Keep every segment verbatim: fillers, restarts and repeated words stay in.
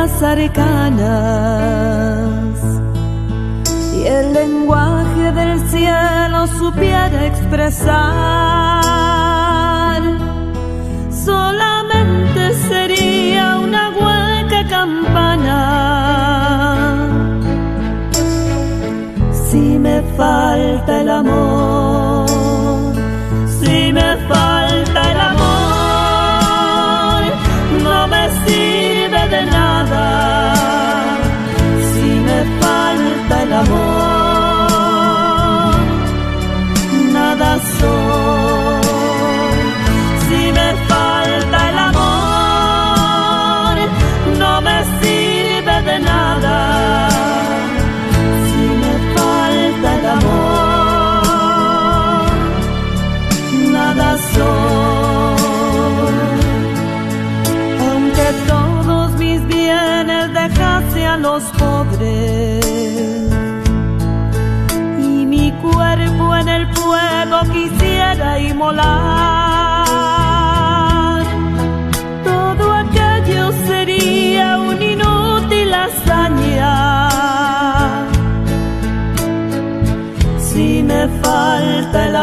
más arcanas y el lenguaje del cielo supiera expresar, solamente sería una hueca campana. Si me falta el amor, si me falta el amor, no me sirve de nada. Si me falta el amor, nada soy. Si me falta el amor, no me sirve de nada. Si me falta el amor, nada soy. Aunque todos mis bienes dejase a los pobres y mi cuerpo en el fuego quisiera inmolar, todo aquello sería una inútil hazaña. Si me falta el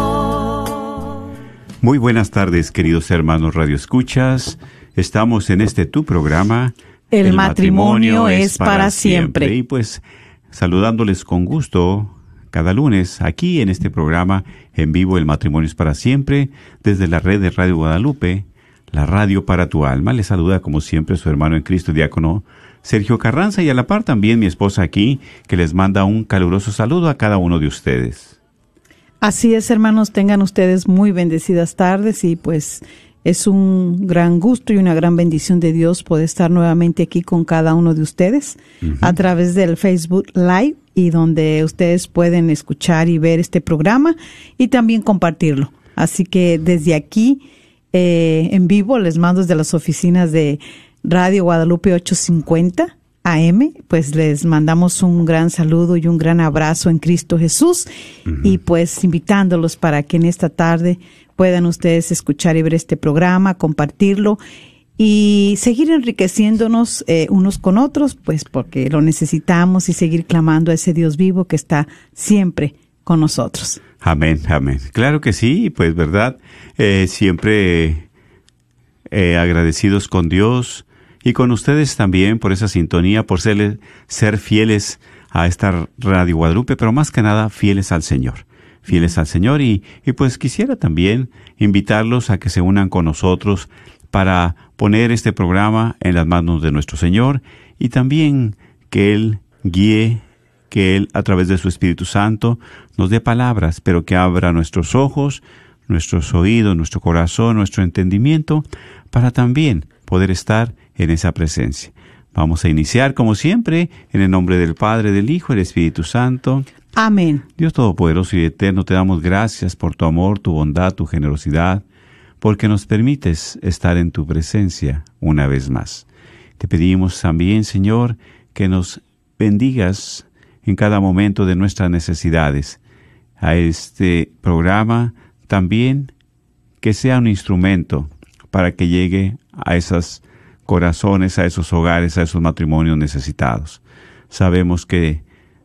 amor. Muy buenas tardes, queridos hermanos radioescuchas. Estamos en este tu programa, El, El matrimonio, matrimonio es para, para siempre. siempre. Y pues saludándoles con gusto cada lunes aquí en este programa en vivo, El matrimonio es para siempre, desde la red de Radio Guadalupe, la radio para tu alma. Les saluda como siempre su hermano en Cristo, diácono Sergio Carranza, y a la par también mi esposa aquí, que les manda un caluroso saludo a cada uno de ustedes. Así es, hermanos, tengan ustedes muy bendecidas tardes y pues es un gran gusto y una gran bendición de Dios poder estar nuevamente aquí con cada uno de ustedes uh-huh. a través del Facebook Live, y donde ustedes pueden escuchar y ver este programa y también compartirlo. Así que desde aquí, eh, en vivo, les mando desde las oficinas de Radio Guadalupe ochocientos cincuenta A M, pues les mandamos un gran saludo y un gran abrazo en Cristo Jesús, uh-huh. y pues invitándolos para que en esta tarde puedan ustedes escuchar y ver este programa, compartirlo y seguir enriqueciéndonos eh, unos con otros, pues porque lo necesitamos, y seguir clamando a ese Dios vivo que está siempre con nosotros. Amén, amén. Claro que sí, pues verdad, eh, siempre eh, agradecidos con Dios y con ustedes también por esa sintonía, por ser, ser fieles a esta Radio Guadalupe, pero más que nada fieles al Señor. Fieles al Señor y, y pues quisiera también invitarlos a que se unan con nosotros para poner este programa en las manos de nuestro Señor, y también que Él guíe, que Él a través de su Espíritu Santo nos dé palabras, pero que abra nuestros ojos, nuestros oídos, nuestro corazón, nuestro entendimiento, para también poder estar en esa presencia. Vamos a iniciar como siempre en el nombre del Padre, del Hijo y del Espíritu Santo. Amén. Dios Todopoderoso y Eterno, te damos gracias por tu amor, tu bondad, tu generosidad, porque nos permites estar en tu presencia una vez más. Te pedimos también, Señor, que nos bendigas en cada momento de nuestras necesidades. A este programa también que sea un instrumento para que llegue a esos corazones, a esos hogares, a esos matrimonios necesitados. Sabemos que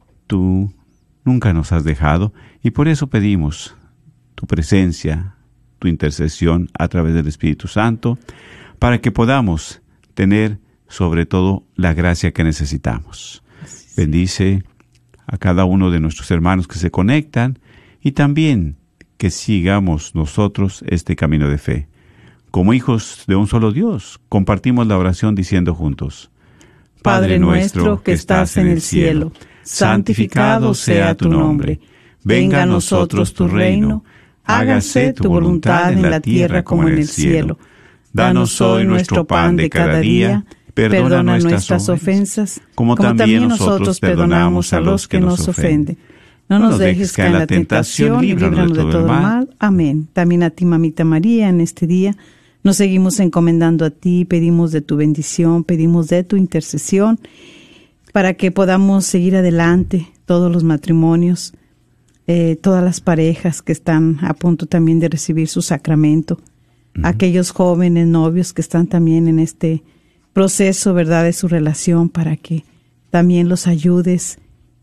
tú nunca nos has dejado y por eso pedimos tu presencia, tu intercesión a través del Espíritu Santo, para que podamos tener sobre todo la gracia que necesitamos. Bendice a cada uno de nuestros hermanos que se conectan y también que sigamos nosotros este camino de fe. Como hijos de un solo Dios, compartimos la oración diciendo juntos: Padre nuestro que estás en el cielo, santificado sea tu nombre. Venga a nosotros tu reino. Hágase tu voluntad en la tierra como en el cielo. Danos hoy nuestro pan de cada día. Perdona nuestras ofensas, como también nosotros perdonamos a los que nos ofenden. No nos dejes caer en la tentación y líbranos de todo el mal. Amén. También a ti, mamita María, en este día nos seguimos encomendando a ti, pedimos de tu bendición, pedimos de tu intercesión, para que podamos seguir adelante todos los matrimonios, eh, todas las parejas que están a punto también de recibir su sacramento, uh-huh. aquellos jóvenes novios que están también en este proceso, ¿verdad?, de su relación, para que también los ayudes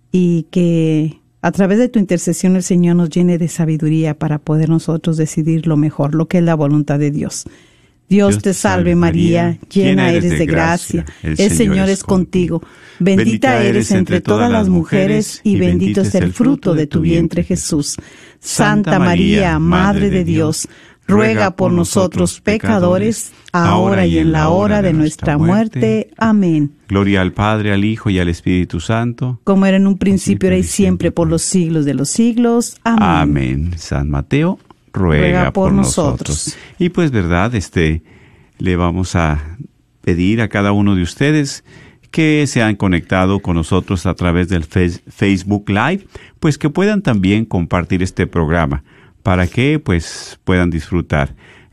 y que a través de tu intercesión el Señor nos llene de sabiduría para poder nosotros decidir lo mejor, lo que es la voluntad de Dios. Dios, Dios te salve María, María, llena eres de gracia, el, el Señor, Señor es contigo. Bendita, bendita eres entre todas las mujeres y bendito es el fruto de tu vientre Jesús. Santa María, Madre de Dios, ruega por nosotros pecadores, ahora y en la hora de nuestra muerte. Amén. Gloria al Padre, al Hijo y al Espíritu Santo, como era en un principio, ahora y siempre, por los siglos de los siglos. Amén. Amén. San Mateo ruega, ruega por, por nosotros. nosotros. Y pues, verdad, este, le vamos a pedir a cada uno de ustedes que se han conectado con nosotros a través del Facebook Live, pues que puedan también compartir este programa para que pues puedan disfrutar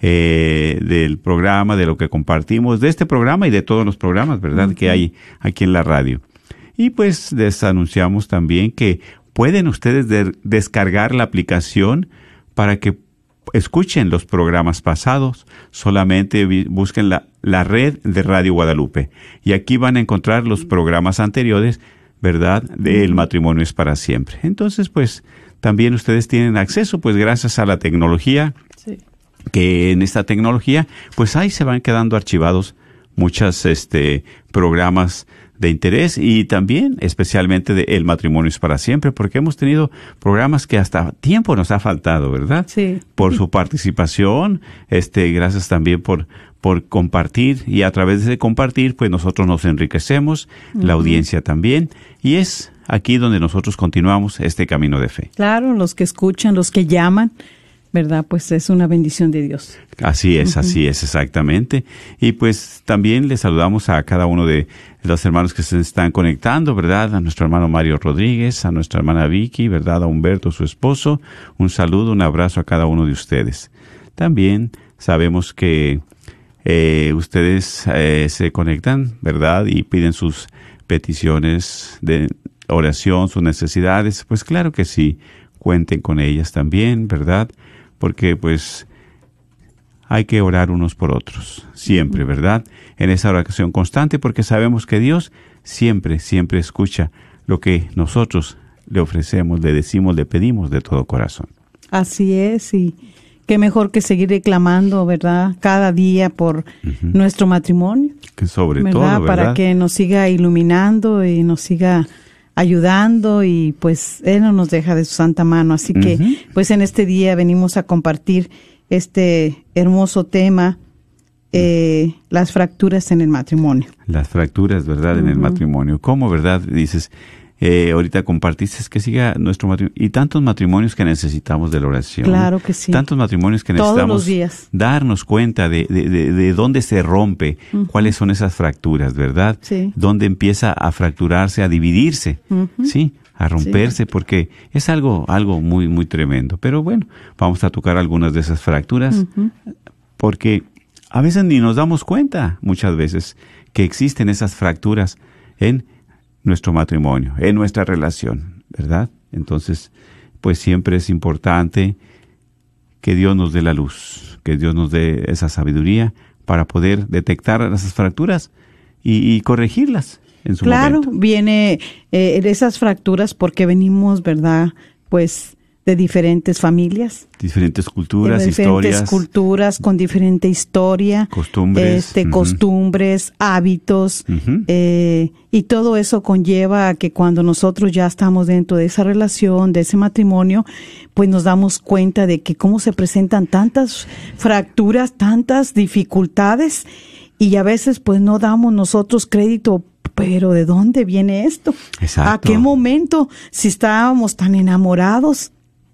eh, del programa, de lo que compartimos, de este programa y de todos los programas, ¿verdad?, uh-huh. que hay aquí en la radio. Y pues les anunciamos también que pueden ustedes de- descargar la aplicación para que escuchen los programas pasados. Solamente vi- busquen la, la red de Radio Guadalupe y aquí van a encontrar los programas anteriores, ¿verdad?, de El Matrimonio es para Siempre. Entonces, pues, también ustedes tienen acceso, pues, gracias a la tecnología, sí. que en esta tecnología, pues, ahí se van quedando archivados muchos este, programas de interés y también especialmente de El Matrimonio es para Siempre, porque hemos tenido programas que hasta tiempo nos ha faltado, ¿verdad? Sí. Por su participación, este, gracias también por, por compartir, y a través de compartir, pues nosotros nos enriquecemos, uh-huh. la audiencia también, y es aquí donde nosotros continuamos este camino de fe. Claro, los que escuchan, los que llaman, ¿verdad? Pues es una bendición de Dios. Así es, uh-huh. así es, exactamente. Y pues también les saludamos a cada uno de los hermanos que se están conectando, ¿verdad? A nuestro hermano Mario Rodríguez, a nuestra hermana Vicky, ¿verdad? A Humberto, su esposo. Un saludo, un abrazo a cada uno de ustedes. También sabemos que eh, ustedes eh, se conectan, ¿verdad? Y piden sus peticiones de oración, sus necesidades. Pues claro que sí, cuenten con ellas también, ¿verdad? Porque pues hay que orar unos por otros, siempre, ¿verdad? En esa oración constante, porque sabemos que Dios siempre, siempre escucha lo que nosotros le ofrecemos, le decimos, le pedimos de todo corazón. Así es, y qué mejor que seguir reclamando, ¿verdad?, cada día por uh-huh. nuestro matrimonio. Que sobre ¿verdad? todo, ¿verdad? Para que nos siga iluminando y nos siga ayudando, y pues Él no nos deja de su santa mano. Así que uh-huh. pues en este día venimos a compartir este hermoso tema, eh, las fracturas en el matrimonio. Las fracturas, ¿verdad?, uh-huh. en el matrimonio. ¿Cómo, verdad? Dices, eh, ahorita compartiste que siga nuestro matrimonio. Y tantos matrimonios que necesitamos de la oración. Claro que sí. Tantos matrimonios que Todos necesitamos los días. darnos cuenta de, de, de, de dónde se rompe, uh-huh. cuáles son esas fracturas, ¿verdad? Sí. Dónde empieza a fracturarse, a dividirse, uh-huh. ¿sí? A romperse, sí. porque es algo, algo muy, muy tremendo. Pero bueno, vamos a tocar algunas de esas fracturas, uh-huh. porque a veces ni nos damos cuenta, muchas veces, que existen esas fracturas en nuestro matrimonio, en nuestra relación, ¿verdad? Entonces, pues siempre es importante que Dios nos dé la luz, que Dios nos dé esa sabiduría para poder detectar esas fracturas y, y corregirlas en su claro, momento. Claro, viene eh, de esas fracturas porque venimos, ¿verdad?, pues de diferentes familias. Diferentes culturas, de diferentes historias. culturas con diferente historia. Costumbres. Este, uh-huh. Costumbres, hábitos. Uh-huh. Eh, y todo eso conlleva a que cuando nosotros ya estamos dentro de esa relación, de ese matrimonio, pues nos damos cuenta de que cómo se presentan tantas fracturas, tantas dificultades, y a veces pues no damos nosotros crédito. Pero ¿de dónde viene esto? Exacto. ¿A qué momento? Si estábamos tan enamorados,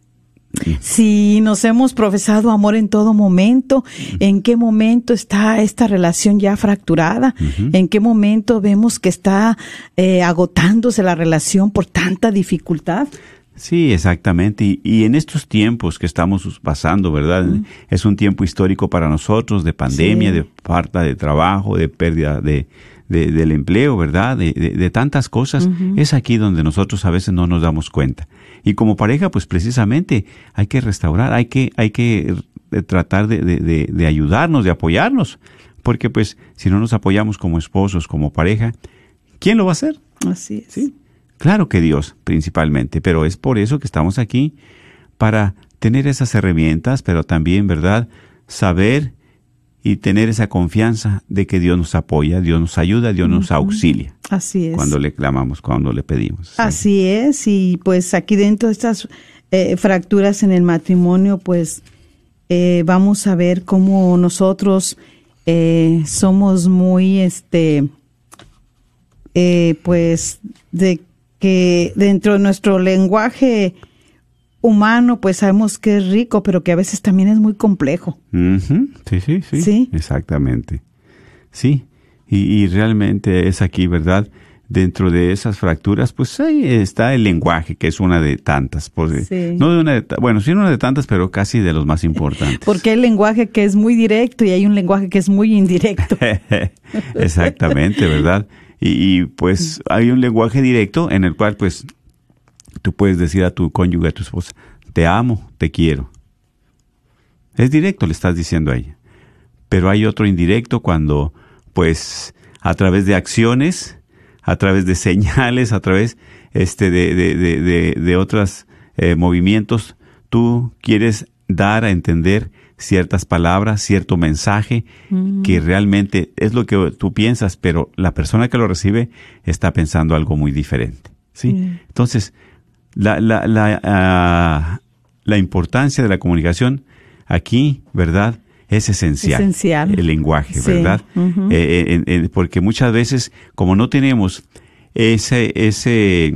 sí. si nos hemos profesado amor en todo momento, ¿en qué momento está esta relación ya fracturada? Uh-huh. ¿En qué momento vemos que está eh, agotándose la relación por tanta dificultad? Sí, exactamente. Y, y en estos tiempos que estamos pasando, ¿verdad? Uh-huh. Es un tiempo histórico para nosotros, de pandemia, sí. de falta de trabajo, de pérdida de... De, del empleo, ¿verdad? De, de, de tantas cosas. Uh-huh. Es aquí donde nosotros a veces no nos damos cuenta. Y como pareja, pues precisamente hay que restaurar, hay que, hay que tratar de, de, de, de ayudarnos, de apoyarnos Porque pues si no nos apoyamos como esposos, como pareja, ¿quién lo va a hacer? Así es. ¿Sí? Claro que Dios, principalmente, pero es por eso que estamos aquí, para tener esas herramientas, pero también, ¿verdad?, saber y tener esa confianza de que Dios nos apoya, Dios nos ayuda, Dios uh-huh. nos auxilia. Así es. Cuando le clamamos, cuando le pedimos. ¿Sí? Así es, y pues aquí dentro de estas eh, fracturas en el matrimonio, pues eh, vamos a ver cómo nosotros eh, somos muy, este, eh, pues, de que dentro de nuestro lenguaje humano, pues sabemos que es rico, pero que a veces también es muy complejo. Uh-huh. Sí, sí, sí, sí. Exactamente. Sí, y, y realmente es aquí, ¿verdad? Dentro de esas fracturas, pues ahí está el lenguaje, que es una de tantas. Porque, sí. No de una de, bueno, sí una de tantas, pero casi de los más importantes. Porque hay lenguaje que es muy directo y hay un lenguaje que es muy indirecto. Exactamente, ¿verdad? Y, y pues hay un lenguaje directo en el cual, pues, tú puedes decir a tu cónyuge, a tu esposa, te amo, te quiero. Es directo, le estás diciendo a ella. Pero hay otro indirecto cuando, pues, a través de acciones, a través de señales, a través este, de, de, de, de, de otros eh, movimientos, tú quieres dar a entender ciertas palabras, cierto mensaje, mm. que realmente es lo que tú piensas, pero la persona que lo recibe está pensando algo muy diferente. ¿Sí? Mm. Entonces, La, la, la, uh, la importancia de la comunicación aquí, ¿verdad?, es esencial. Esencial. El lenguaje, sí. ¿verdad? Uh-huh. Eh, eh, eh, porque muchas veces, como no tenemos ese, ese,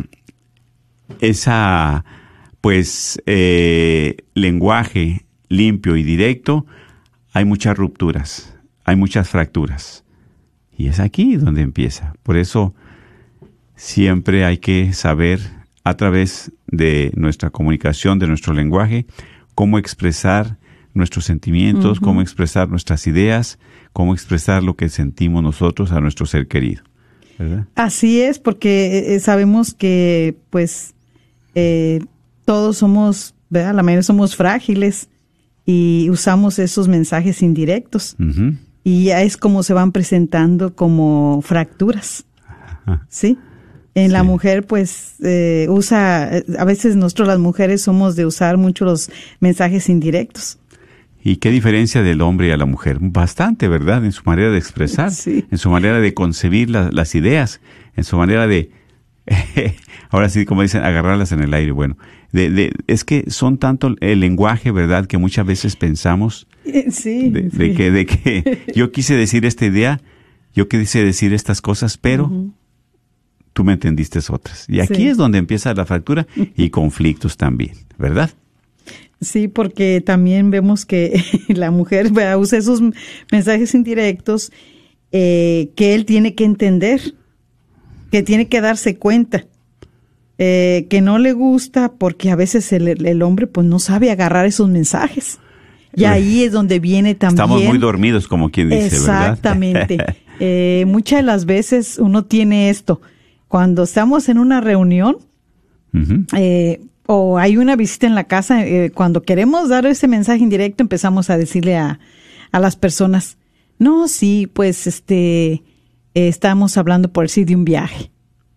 esa, pues, eh, lenguaje limpio y directo, hay muchas rupturas, hay muchas fracturas. Y es aquí donde empieza. Por eso, siempre hay que saber, a través de nuestra comunicación, de nuestro lenguaje, cómo expresar nuestros sentimientos, uh-huh. cómo expresar nuestras ideas, cómo expresar lo que sentimos nosotros a nuestro ser querido, ¿verdad? Así es, porque eh, sabemos que, pues, eh, todos somos, ¿verdad? La mayoría somos frágiles y usamos esos mensajes indirectos. Uh-huh. Y ya es como se van presentando como fracturas, uh-huh. ¿sí? En sí. La mujer, pues, eh, usa, a veces nosotros las mujeres somos de usar mucho los mensajes indirectos. ¿Y qué diferencia del hombre a la mujer? Bastante, ¿verdad? En su manera de expresar, sí. en su manera de concebir la, las ideas, en su manera de, ahora sí, como dicen, agarrarlas en el aire. Bueno, de, de, es que son tanto el lenguaje, ¿verdad?, que muchas veces pensamos sí, de, sí. de, que, de que yo quise decir esta idea, yo quise decir estas cosas, pero... Uh-huh. Tú me entendiste otras. Y aquí sí. es donde empieza la fractura y conflictos también, ¿verdad? Sí, porque también vemos que la mujer usa esos mensajes indirectos eh, que él tiene que entender, que tiene que darse cuenta, eh, que no le gusta porque a veces el, el hombre pues no sabe agarrar esos mensajes. Y ahí es donde viene también... Estamos muy dormidos, como quien dice, exactamente. ¿verdad? eh, muchas de las veces uno tiene esto. Cuando estamos en una reunión uh-huh. eh, o hay una visita en la casa, eh, cuando queremos dar ese mensaje indirecto, empezamos a decirle a, a las personas, no, sí, pues este eh, estamos hablando por decir de un viaje.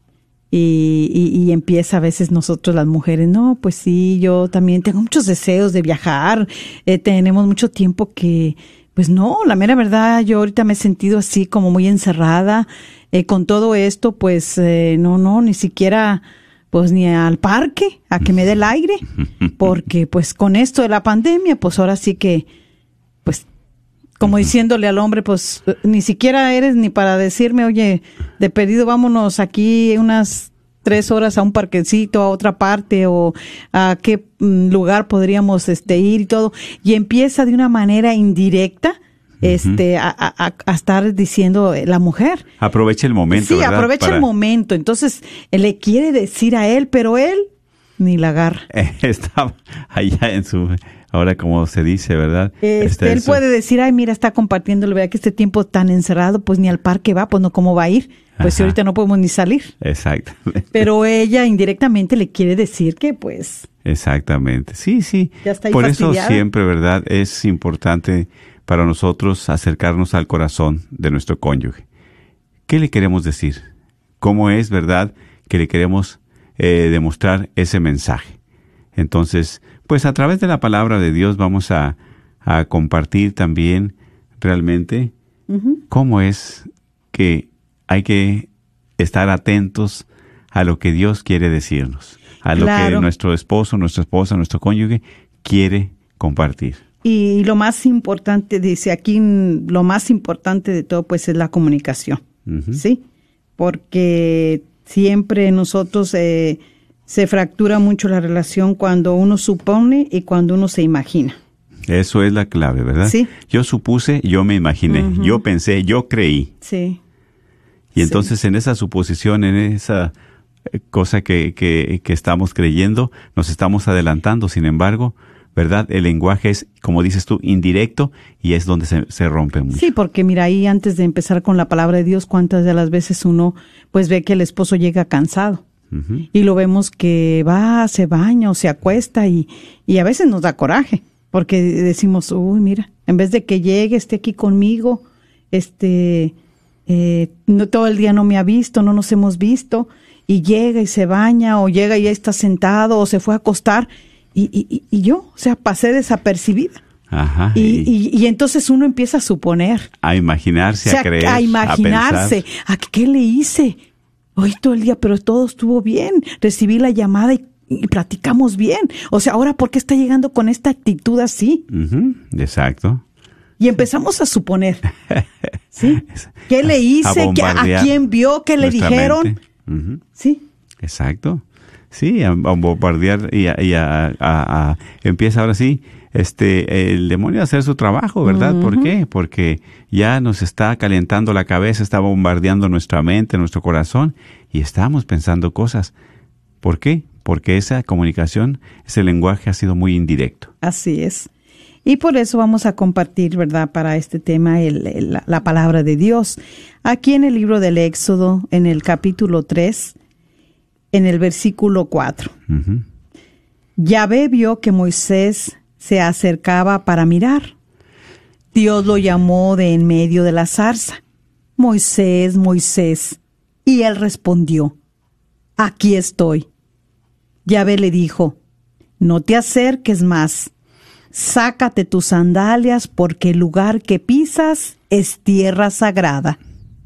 Y, y, y empieza a veces nosotros las mujeres, no, pues sí, yo también tengo muchos deseos de viajar, eh, tenemos mucho tiempo que... Pues no, la mera verdad, yo ahorita me he sentido así como muy encerrada eh, con todo esto, pues eh, no, no, ni siquiera, pues ni al parque, a que me dé el aire, porque pues con esto de la pandemia, pues ahora sí que, pues como diciéndole al hombre, pues ni siquiera eres ni para decirme, oye, de pedido vámonos aquí unas tres horas a un parquecito, a otra parte, o a qué lugar podríamos este ir y todo, y empieza de una manera indirecta este uh-huh. a, a, a estar diciendo la mujer. Aprovecha el momento, Sí, ¿verdad? aprovecha Para... el momento. Entonces, le quiere decir a él, pero él ni la agarra. Está allá en su... Ahora, como se dice, ¿verdad? Este, él su... puede decir, ay, mira, está compartiéndolo, vea que este tiempo tan encerrado, pues ni al parque va, pues no, ¿cómo va a ir? Pues si ahorita no podemos ni salir. Exactamente. Pero ella indirectamente le quiere decir que, pues... Exactamente. Sí, sí. Ya está ahí Por fastidiada. eso siempre, ¿verdad? Es importante para nosotros acercarnos al corazón de nuestro cónyuge. ¿Qué le queremos decir? ¿Cómo es, verdad, que le queremos eh, demostrar ese mensaje? Entonces, pues a través de la palabra de Dios vamos a, a compartir también realmente uh-huh. cómo es que hay que estar atentos a lo que Dios quiere decirnos, a lo claro. que nuestro esposo, nuestra esposa, nuestro cónyuge quiere compartir. Y lo más importante, dice aquí, lo más importante de todo, pues, es la comunicación, uh-huh. ¿sí? Porque siempre nosotros eh, se fractura mucho la relación cuando uno supone y cuando uno se imagina. Eso es la clave, ¿verdad? Sí. Yo supuse, yo me imaginé, uh-huh. yo pensé, yo creí. Sí. Y entonces sí. en esa suposición, en esa cosa que, que, que estamos creyendo, nos estamos adelantando. Sin embargo, ¿verdad? El lenguaje es, como dices tú, indirecto y es donde se, se rompe mucho. Sí, porque mira, ahí antes de empezar con la palabra de Dios, cuántas de las veces uno pues ve que el esposo llega cansado uh-huh. y lo vemos que va, se baña o se acuesta y, y a veces nos da coraje porque decimos, uy, mira, en vez de que llegue, esté aquí conmigo, este, eh, no, todo el día no me ha visto, no nos hemos visto, y llega y se baña o llega y ya está sentado o se fue a acostar. Y, y, y yo, o sea, pasé desapercibida. Ajá. Y, y, y entonces uno empieza a suponer. A imaginarse, o sea, a creer, a imaginarse. ¿A, ¿A qué le hice? Hoy todo el día, pero todo estuvo bien. Recibí la llamada y, y platicamos bien. O sea, ahora, ¿por qué está llegando con esta actitud así? Uh-huh. Exacto. Y empezamos a suponer. ¿Sí? ¿Qué le hice? ¿A, ¿A quién vio? ¿Qué le dijeron? Uh-huh. Sí. Exacto. Sí, a, a bombardear y, a, y a, a, a empieza ahora sí este el demonio a hacer su trabajo, ¿verdad? Uh-huh. ¿Por qué? Porque ya nos está calentando la cabeza, está bombardeando nuestra mente, nuestro corazón y estamos pensando cosas. ¿Por qué? Porque esa comunicación, ese lenguaje ha sido muy indirecto. Así es. Y por eso vamos a compartir, ¿verdad? Para este tema el, el, la, la palabra de Dios. Aquí en el libro del Éxodo, en el capítulo tres, en el versículo cuatro. Uh-huh. Yahvé vio que Moisés se acercaba para mirar. Dios lo llamó de en medio de la zarza. Moisés, Moisés. Y él respondió, aquí estoy. Yahvé le dijo, no te acerques más. Sácate tus sandalias porque el lugar que pisas es tierra sagrada.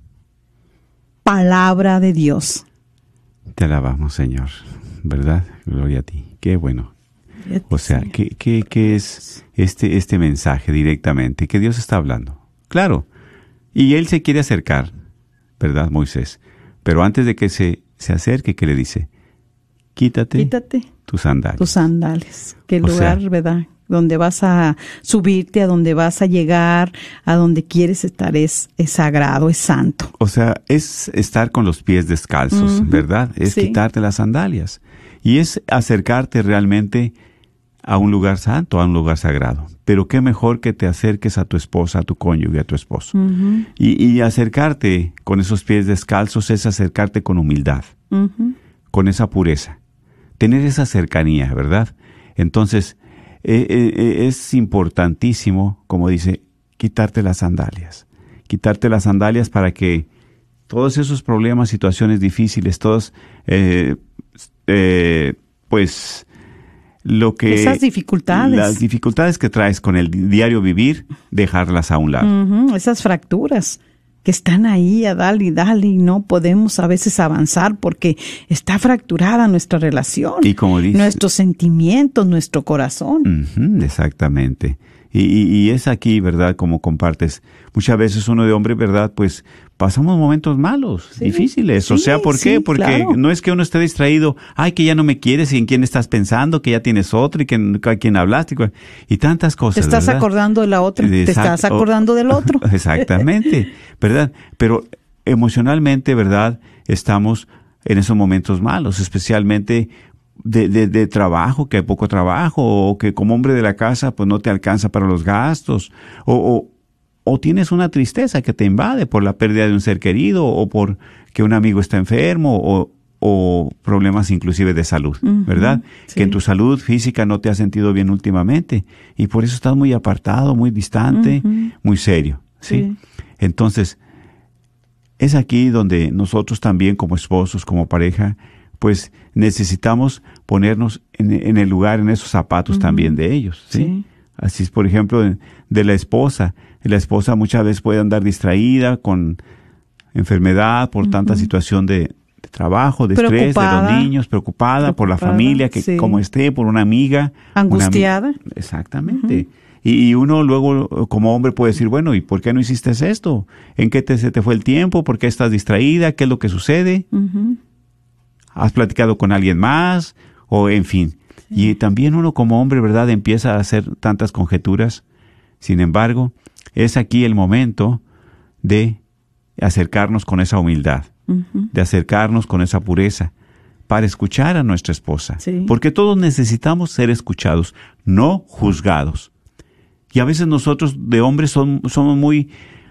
Palabra de Dios. Te alabamos, Señor, ¿verdad? Gloria a ti. Qué bueno. O sea, ¿qué, qué, qué es este, este mensaje directamente? Que Dios está hablando. Claro. Y Él se quiere acercar, ¿verdad, Moisés? Pero antes de que se, se acerque, ¿qué le dice? Quítate, Quítate tus sandalias. Tus sandalias. Que el o lugar, sea, ¿verdad? Donde vas a subirte, a donde vas a llegar, a donde quieres estar, es, es sagrado, es santo. O sea, es estar con los pies descalzos, uh-huh. ¿verdad? Es sí. quitarte las sandalias. Y es acercarte realmente a un lugar santo, a un lugar sagrado. Pero qué mejor que te acerques a tu esposa, a tu cónyuge, a tu esposo. Uh-huh. Y, y acercarte con esos pies descalzos es acercarte con humildad, uh-huh. con esa pureza. Tener esa cercanía, ¿verdad? Entonces, Eh, eh, es importantísimo, como dice, quitarte las sandalias. Quitarte las sandalias para que todos esos problemas, situaciones difíciles, todos, eh, eh, pues, lo que... Esas dificultades. Las dificultades que traes con el diario vivir, dejarlas a un lado. Uh-huh, esas fracturas que están ahí a dale y dale y no podemos a veces avanzar porque está fracturada nuestra relación, y como dice, nuestros sentimientos, nuestro corazón. Uh-huh, exactamente. Y, y, y es aquí, ¿verdad? Como compartes. Muchas veces uno de hombre, ¿verdad? Pues pasamos momentos malos, sí, difíciles. Sí, o sea, ¿por qué? Sí, Porque claro. no es que uno esté distraído. Ay, que ya no me quieres y en quién estás pensando, que ya tienes otro y que a quién hablaste. Y tantas cosas, Te estás ¿verdad? acordando de la otra, Exacto. te estás acordando del otro. Exactamente, ¿verdad? Pero emocionalmente, ¿verdad? Estamos en esos momentos malos, especialmente De, de, de trabajo, que hay poco trabajo, o que como hombre de la casa pues no te alcanza para los gastos, o, o, o tienes una tristeza que te invade por la pérdida de un ser querido, o por que un amigo está enfermo, o, o problemas inclusive de salud, Uh-huh, ¿verdad? sí. Que en tu salud física no te has sentido bien últimamente y por eso estás muy apartado, muy distante, Uh-huh. muy serio, ¿sí? Sí. Entonces, es aquí donde nosotros también como esposos, como pareja, pues necesitamos ponernos en, en el lugar, en esos zapatos Uh-huh. también de ellos, ¿sí? Sí. Así es, por ejemplo, de, de la esposa. La esposa muchas veces puede andar distraída con enfermedad, por Uh-huh. tanta situación de, de trabajo, de estrés, de Preocupada. los niños, preocupada, por la Preocupada, familia, que sí. como esté, por una amiga. una ami- Angustiada. Exactamente. Y, y uno luego como hombre puede decir, bueno, ¿y por qué no hiciste esto? ¿En qué te, se te fue el tiempo? ¿Por qué estás distraída? ¿Qué es lo que sucede? Uh-huh. ¿Has platicado con alguien más? O en fin. Sí. Y también uno como hombre, ¿verdad?, empieza a hacer tantas conjeturas. Sin embargo, es aquí el momento de acercarnos con esa humildad, uh-huh. de acercarnos con esa pureza, para escuchar a nuestra esposa. Sí. Porque todos necesitamos ser escuchados, no juzgados. Y a veces nosotros de hombres son, somos muy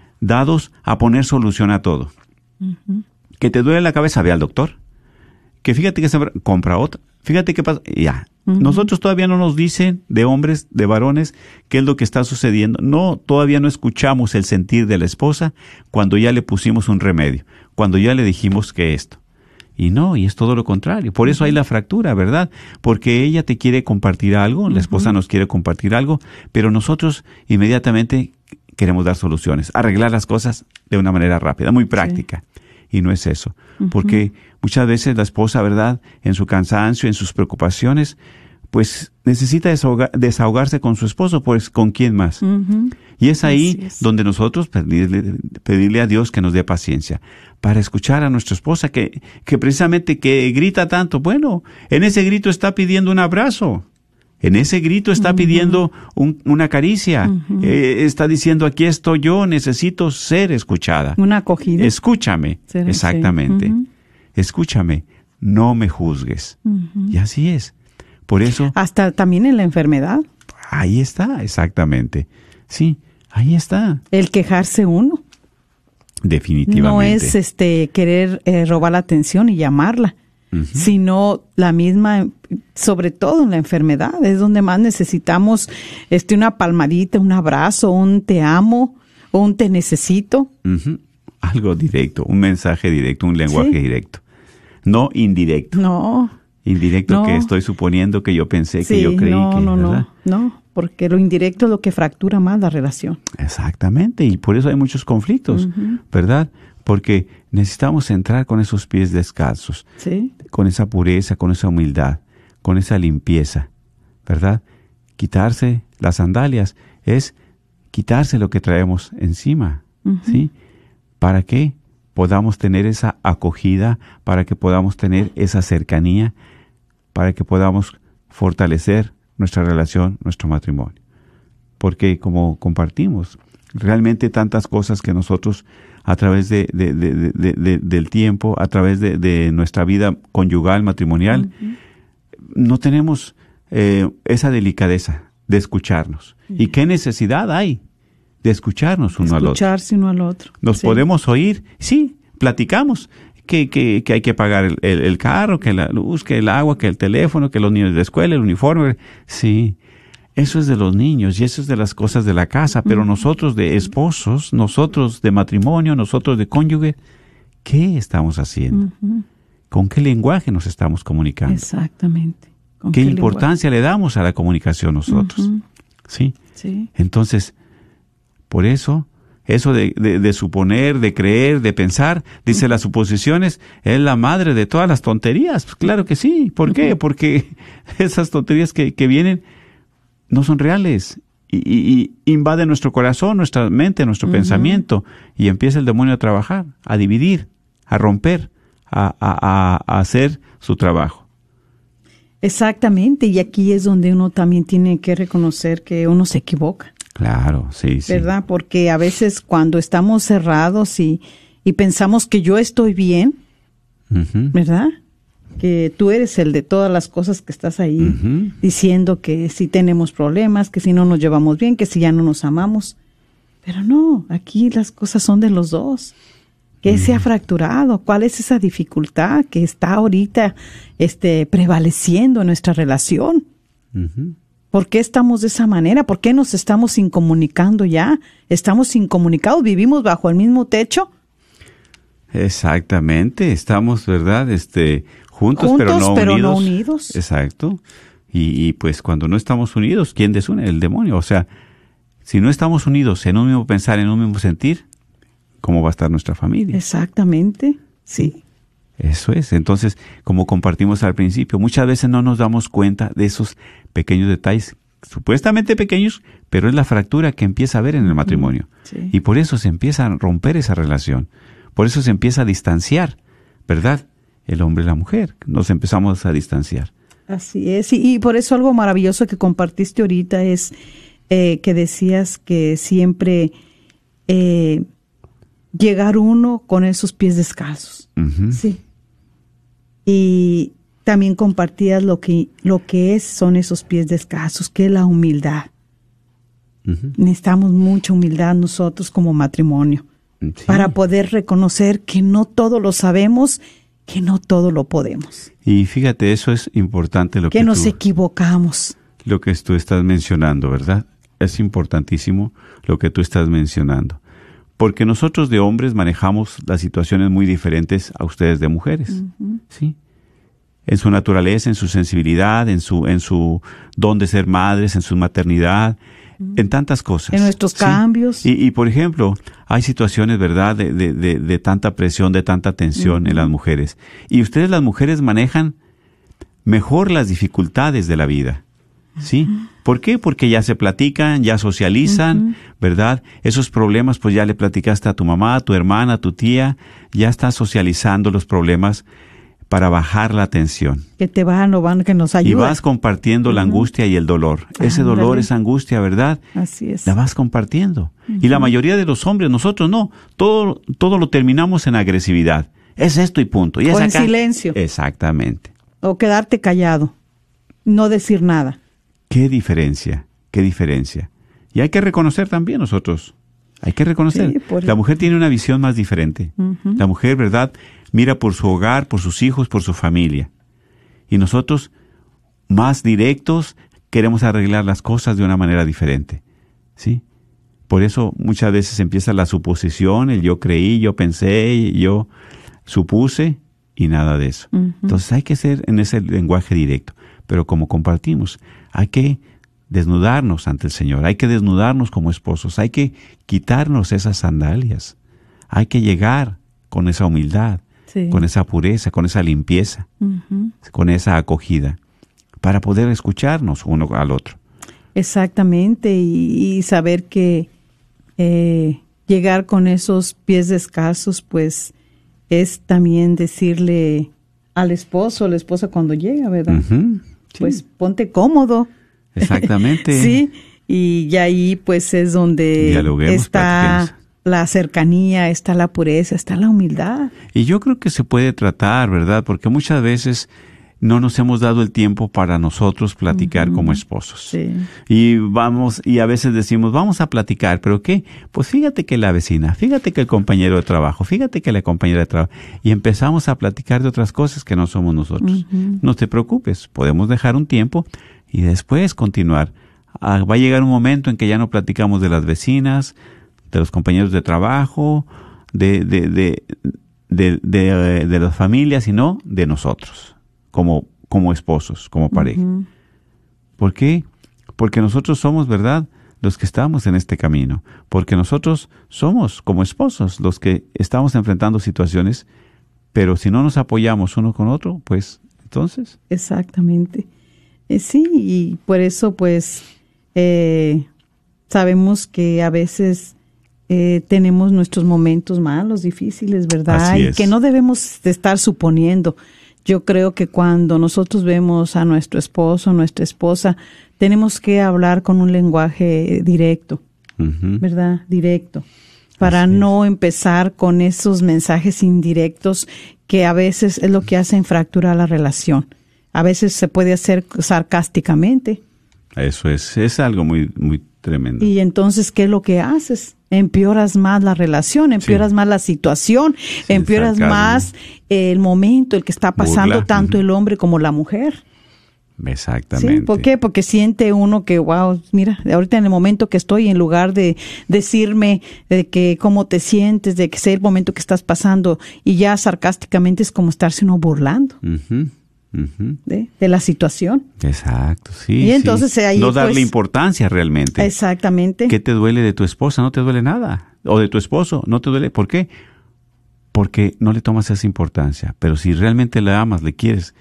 dados a poner solución a todo. Uh-huh. Que te duele la cabeza, ve al doctor. Que fíjate que se compra otra. Fíjate qué pasa. Ya. Uh-huh. Nosotros todavía no nos dicen de hombres, de varones, qué es lo que está sucediendo. No, todavía no escuchamos el sentir de la esposa cuando ya le pusimos un remedio. Cuando ya le dijimos que esto. Y no, y es todo lo contrario. Por eso hay la fractura, ¿verdad? Porque ella te quiere compartir algo, la esposa uh-huh. nos quiere compartir algo, pero nosotros inmediatamente queremos dar soluciones, arreglar las cosas de una manera rápida, muy práctica. Sí. Y no es eso. Uh-huh. Porque muchas veces la esposa, ¿verdad?, en su cansancio, en sus preocupaciones, pues necesita desahogar, desahogarse con su esposo, pues ¿con quién más? Uh-huh. Y es ahí es. donde nosotros pedirle, pedirle a Dios que nos dé paciencia para escuchar a nuestra esposa que, que precisamente que grita tanto. Bueno, en ese grito está pidiendo un abrazo, en ese grito está uh-huh. pidiendo un, una caricia, uh-huh. eh, está diciendo aquí estoy yo, necesito ser escuchada. Una acogida. Escúchame, ¿será? Exactamente. Uh-huh. Escúchame, no me juzgues. Uh-huh. Y así es. Por eso. Hasta también en la enfermedad. Ahí está, exactamente. Sí, ahí está. El quejarse uno. Definitivamente. No es este querer eh, robar la atención y llamarla, uh-huh. sino la misma, sobre todo en la enfermedad, es donde más necesitamos este una palmadita, un abrazo, un te amo o un te necesito. Uh-huh. Algo directo, un mensaje directo, un lenguaje ¿Sí? directo, no indirecto. No. Indirecto no. que estoy suponiendo, que yo pensé, sí, que yo creí. No, que, no, ¿verdad? no, no, porque lo indirecto es lo que fractura más la relación. Exactamente, y por eso hay muchos conflictos, uh-huh. ¿verdad? Porque necesitamos entrar con esos pies descalzos, ¿Sí? con esa pureza, con esa humildad, con esa limpieza, ¿verdad? Quitarse las sandalias es quitarse lo que traemos encima, uh-huh. ¿sí? ¿Para qué? Podamos tener esa acogida, para que podamos tener esa cercanía, para que podamos fortalecer nuestra relación, nuestro matrimonio. Porque como compartimos, realmente tantas cosas que nosotros a través de, de, de, de, de, del tiempo, a través de, de nuestra vida conyugal, matrimonial, uh-huh. no tenemos eh, esa delicadeza de escucharnos. Uh-huh. ¿Y qué necesidad hay de escucharnos uno al otro? Escucharse uno al otro. Nos sí. podemos oír, sí, platicamos. Que, que, que hay que pagar el, el, el carro, que la luz, que el agua, que el teléfono, que los niños de la escuela, el uniforme. Sí, eso es de los niños y eso es de las cosas de la casa. Pero uh-huh. nosotros de esposos, nosotros de matrimonio, nosotros de cónyuge, ¿qué estamos haciendo? Uh-huh. ¿Con qué lenguaje nos estamos comunicando? Exactamente. ¿Qué, ¿Qué importancia lenguaje? le damos a la comunicación nosotros? Uh-huh. ¿Sí? Sí. Entonces, por eso... Eso de, de, de suponer, de creer, de pensar, dice uh-huh. las suposiciones, es la madre de todas las tonterías. Pues claro que sí. ¿Por uh-huh. qué? Porque esas tonterías que, que vienen no son reales y, y, y invaden nuestro corazón, nuestra mente, nuestro uh-huh. pensamiento y empieza el demonio a trabajar, a dividir, a romper, a, a, a hacer su trabajo. Exactamente. Y aquí es donde uno también tiene que reconocer que uno se equivoca. Claro, sí, sí. ¿Verdad? Porque a veces cuando estamos cerrados y, y pensamos que yo estoy bien, uh-huh. ¿verdad? Que tú eres el de todas las cosas que estás ahí uh-huh. diciendo que si tenemos problemas, que si no nos llevamos bien, que si ya no nos amamos. Pero no, aquí las cosas son de los dos. ¿Qué Uh-huh. se ha fracturado? ¿Cuál es esa dificultad que está ahorita este, prevaleciendo en nuestra relación? Uh-huh. ¿Por qué estamos de esa manera? ¿Por qué nos estamos incomunicando ya? ¿Estamos incomunicados? ¿Vivimos bajo el mismo techo? Exactamente, estamos, ¿verdad? Este, juntos, Juntos, pero no pero unidos. no unidos. Exacto. Y, y pues cuando no estamos unidos, ¿quién desune? El demonio. O sea, si no estamos unidos en un mismo pensar, en un mismo sentir, ¿cómo va a estar nuestra familia? Exactamente, sí. Eso es. Entonces, como compartimos al principio, muchas veces no nos damos cuenta de esos pequeños detalles, supuestamente pequeños, pero es la fractura que empieza a haber en el matrimonio. Sí. Y por eso se empieza a romper esa relación. Por eso se empieza a distanciar, ¿verdad? El hombre y la mujer. Nos empezamos a distanciar. Así es. Y, y por eso algo maravilloso que compartiste ahorita es eh, que decías que siempre eh, llegar uno con esos pies descalzos. Uh-huh. Sí. Y también compartías lo que, lo que es, son esos pies descalzos, que es la humildad. Uh-huh. Necesitamos mucha humildad nosotros como matrimonio. Sí. Para poder reconocer que no todo lo sabemos, que no todo lo podemos. Y fíjate, eso es importante lo que, Que nos tú, equivocamos. lo que tú estás mencionando, ¿verdad? Es importantísimo lo que tú estás mencionando. Porque nosotros de hombres manejamos las situaciones muy diferentes a ustedes de mujeres. Uh-huh. ¿Sí? En su naturaleza, en su sensibilidad, en su, en su don de ser madres, en su maternidad, en tantas cosas. En nuestros ¿sí? cambios. Y, y, por ejemplo, hay situaciones, ¿verdad?, de, de, de, de tanta presión, de tanta tensión uh-huh. en las mujeres. Y ustedes, las mujeres, manejan mejor las dificultades de la vida. ¿Sí? Uh-huh. ¿Por qué? Porque ya se platican, ya socializan, uh-huh. ¿verdad? Esos problemas, pues ya le platicaste a tu mamá, a tu hermana, a tu tía, ya estás socializando los problemas para bajar la tensión. Que te van o van, que nos ayudan. Y vas compartiendo uh-huh. la angustia y el dolor. Ese dolor, Ándale. Esa angustia, ¿verdad? Así es. La vas compartiendo. Uh-huh. Y la mayoría de los hombres, nosotros no. Todo, todo lo terminamos en agresividad. Es esto y punto. Y es o en acá. silencio. Exactamente. O quedarte callado. No decir nada. Qué diferencia, qué diferencia. Y hay que reconocer también nosotros. Hay que reconocer. Sí, por... La mujer tiene una visión más diferente. Uh-huh. La mujer, ¿verdad?, mira por su hogar, por sus hijos, por su familia. Y nosotros, más directos, queremos arreglar las cosas de una manera diferente. ¿Sí? Por eso muchas veces empieza la suposición, el yo creí, yo pensé, yo supuse, y nada de eso. Uh-huh. Entonces hay que ser en ese lenguaje directo. Pero como compartimos, hay que desnudarnos ante el Señor, hay que desnudarnos como esposos, hay que quitarnos esas sandalias, hay que llegar con esa humildad, sí. con esa pureza, con esa limpieza, uh-huh. con esa acogida, para poder escucharnos uno al otro. Exactamente, y, y saber que eh, llegar con esos pies descalzos, pues es también decirle al esposo o la esposa cuando llega, ¿verdad? Uh-huh. Sí. Pues ponte cómodo. Exactamente. Sí, y ya ahí pues es donde Dialoguemos, está platiquemos. La cercanía, está la pureza, está la humildad. Y yo creo que se puede tratar, ¿verdad? Porque muchas veces no nos hemos dado el tiempo para nosotros platicar uh-huh. como esposos. Sí. Y vamos, y a veces decimos, vamos a platicar, ¿pero qué? Pues fíjate que la vecina, fíjate que el compañero de trabajo, fíjate que la compañera de trabajo. Y empezamos a platicar de otras cosas que no somos nosotros. Uh-huh. No te preocupes, podemos dejar un tiempo y después continuar. Ah, va a llegar un momento en que ya no platicamos de las vecinas, de los compañeros de trabajo, de, de, de, de, de, de, de las familias, sino de nosotros. Como, como esposos, como pareja. Uh-huh. ¿Por qué? Porque nosotros somos, ¿verdad?, los que estamos en este camino. Porque nosotros somos, como esposos, los que estamos enfrentando situaciones, pero si no nos apoyamos uno con otro, pues, entonces... Exactamente. Eh, sí, y por eso, pues, eh, sabemos que a veces eh, tenemos nuestros momentos malos, difíciles, ¿verdad? Así y es. que no debemos de estar suponiendo. Yo creo que cuando nosotros vemos a nuestro esposo, nuestra esposa, tenemos que hablar con un lenguaje directo, uh-huh. ¿verdad? Directo, para Así no es. empezar con esos mensajes indirectos que a veces es lo que hacen fracturar la relación. A veces se puede hacer sarcásticamente. Eso es, es algo muy, muy Tremendo. Y entonces, ¿qué es lo que haces? Empeoras más la relación, empeoras sí. más la situación, sí, empeoras más el momento, el que está pasando Burla. tanto uh-huh. el hombre como la mujer. Exactamente. ¿Sí? ¿Por qué? Porque siente uno que, wow, mira, ahorita en el momento que estoy, en lugar de decirme de que cómo te sientes, de que sea el momento que estás pasando, y ya sarcásticamente es como estarse uno burlando. Uh-huh. Uh-huh. De, de la situación. Exacto, sí. Y entonces sí. ahí no darle pues, importancia realmente. Exactamente. ¿Qué te duele de tu esposa? No te duele nada. O de tu esposo, no te duele. ¿Por qué? Porque no le tomas esa importancia. Pero si realmente le amas, le quieres,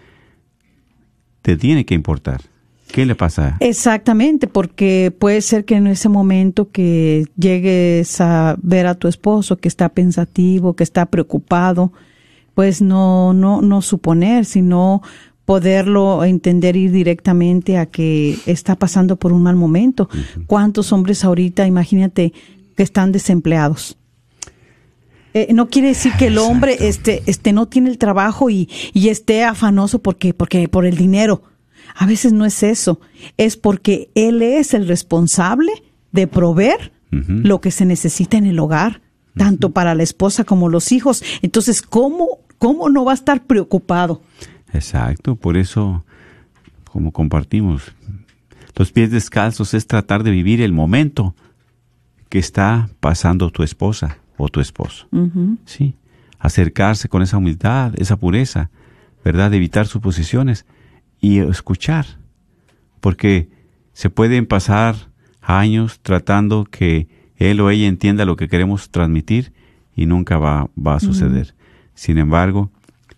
te tiene que importar. ¿Qué le pasa? Exactamente, porque puede ser que en ese momento que llegues a ver a tu esposo que está pensativo, que está preocupado, pues no, no, no suponer, sino poderlo entender, ir directamente a que está pasando por un mal momento. Uh-huh. ¿Cuántos hombres ahorita, imagínate, que están desempleados? Eh, no quiere decir que el hombre este, este no tiene el trabajo y, y esté afanoso porque, porque por el dinero. A veces no es eso, es porque él es el responsable de proveer uh-huh. lo que se necesita en el hogar, tanto uh-huh. para la esposa como los hijos. Entonces, ¿cómo, cómo no va a estar preocupado? Exacto, por eso, como compartimos, los pies descalzos es tratar de vivir el momento que está pasando tu esposa o tu esposo. Uh-huh. Sí, acercarse con esa humildad, esa pureza, ¿verdad? Evitar suposiciones y escuchar, porque se pueden pasar años tratando que él o ella entienda lo que queremos transmitir y nunca va, va a suceder. Uh-huh. Sin embargo,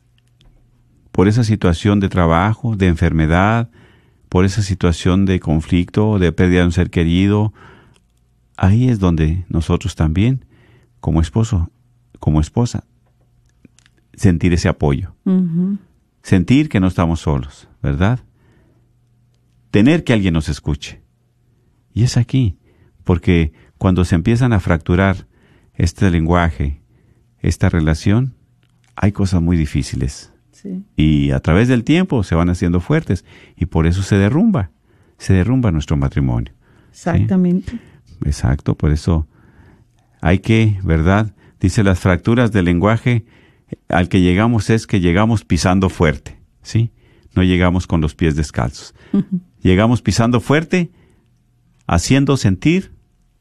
por esa situación de trabajo, de enfermedad, por esa situación de conflicto, de pérdida de un ser querido, ahí es donde nosotros también, como esposo, como esposa, sentir ese apoyo. Uh-huh. Sentir que no estamos solos, ¿verdad? Tener que alguien nos escuche. Y es aquí, porque cuando se empiezan a fracturar este lenguaje, esta relación, hay cosas muy difíciles. Sí. Y a través del tiempo se van haciendo fuertes y por eso se derrumba, se derrumba nuestro matrimonio. Exactamente. ¿Sí? Exacto, por eso hay que, ¿verdad? Dice, las fracturas del lenguaje al que llegamos es que llegamos pisando fuerte, ¿sí? No llegamos con los pies descalzos. Uh-huh. Llegamos pisando fuerte, haciendo sentir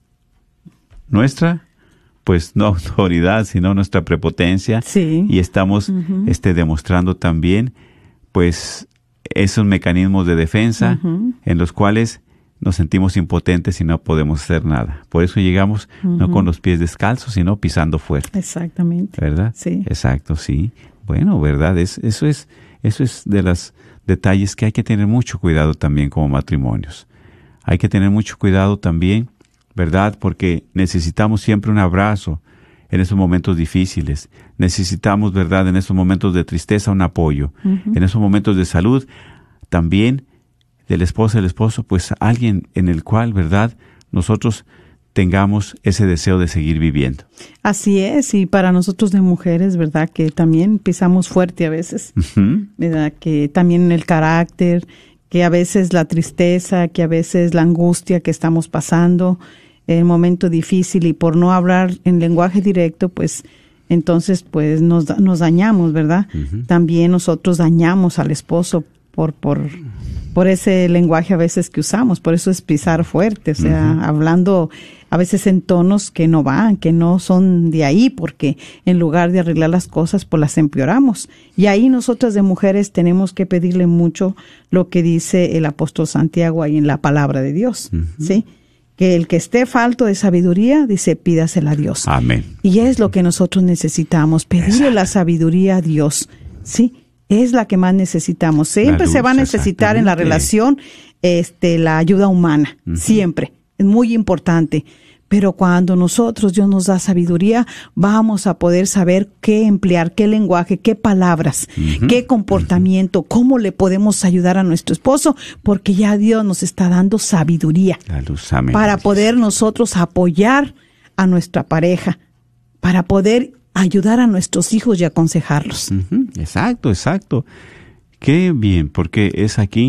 nuestra, pues no autoridad, sino nuestra prepotencia. Sí. Y estamos uh-huh. este, demostrando también, pues, esos mecanismos de defensa uh-huh. en los cuales nos sentimos impotentes y no podemos hacer nada. Por eso llegamos uh-huh. no con los pies descalzos, sino pisando fuerte. Exactamente. ¿Verdad? Sí. Exacto, sí. Bueno, ¿verdad? Es, eso es, eso es de los detalles que hay que tener mucho cuidado también como matrimonios. Hay que tener mucho cuidado también, ¿verdad? Porque necesitamos siempre un abrazo en esos momentos difíciles. Necesitamos, ¿verdad? En esos momentos de tristeza, un apoyo. Uh-huh. En esos momentos de salud, también del esposo el esposo, pues alguien en el cual, ¿verdad?, nosotros tengamos ese deseo de seguir viviendo. Así es, y para nosotros de mujeres, ¿verdad?, que también pisamos fuerte a veces, uh-huh. ¿verdad?, que también el carácter, que a veces la tristeza, que a veces la angustia que estamos pasando, el momento difícil, y por no hablar en lenguaje directo, pues entonces pues nos, nos dañamos, ¿verdad? Uh-huh. También nosotros dañamos al esposo por por por ese lenguaje a veces que usamos, por eso es pisar fuerte, o sea, uh-huh. hablando a veces en tonos que no van, que no son de ahí, porque en lugar de arreglar las cosas, pues las empeoramos. Y ahí nosotras de mujeres tenemos que pedirle mucho lo que dice el apóstol Santiago ahí en la palabra de Dios, uh-huh. ¿sí? Que el que esté falto de sabiduría, dice, pídasela a Dios. Amén. Y es lo que nosotros necesitamos, pedirle Exacto. la sabiduría a Dios, ¿sí? Es la que más necesitamos. Siempre luz, se va a necesitar en la relación este, la ayuda humana, uh-huh. siempre. Es muy importante. Pero cuando nosotros, Dios nos da sabiduría, vamos a poder saber qué emplear, qué lenguaje, qué palabras, uh-huh. qué comportamiento, uh-huh. cómo le podemos ayudar a nuestro esposo, porque ya Dios nos está dando sabiduría la luz, amén, para poder nosotros apoyar a nuestra pareja, para poder ayudar a nuestros hijos y aconsejarlos. Uh-huh. Exacto, exacto. Qué bien, porque es aquí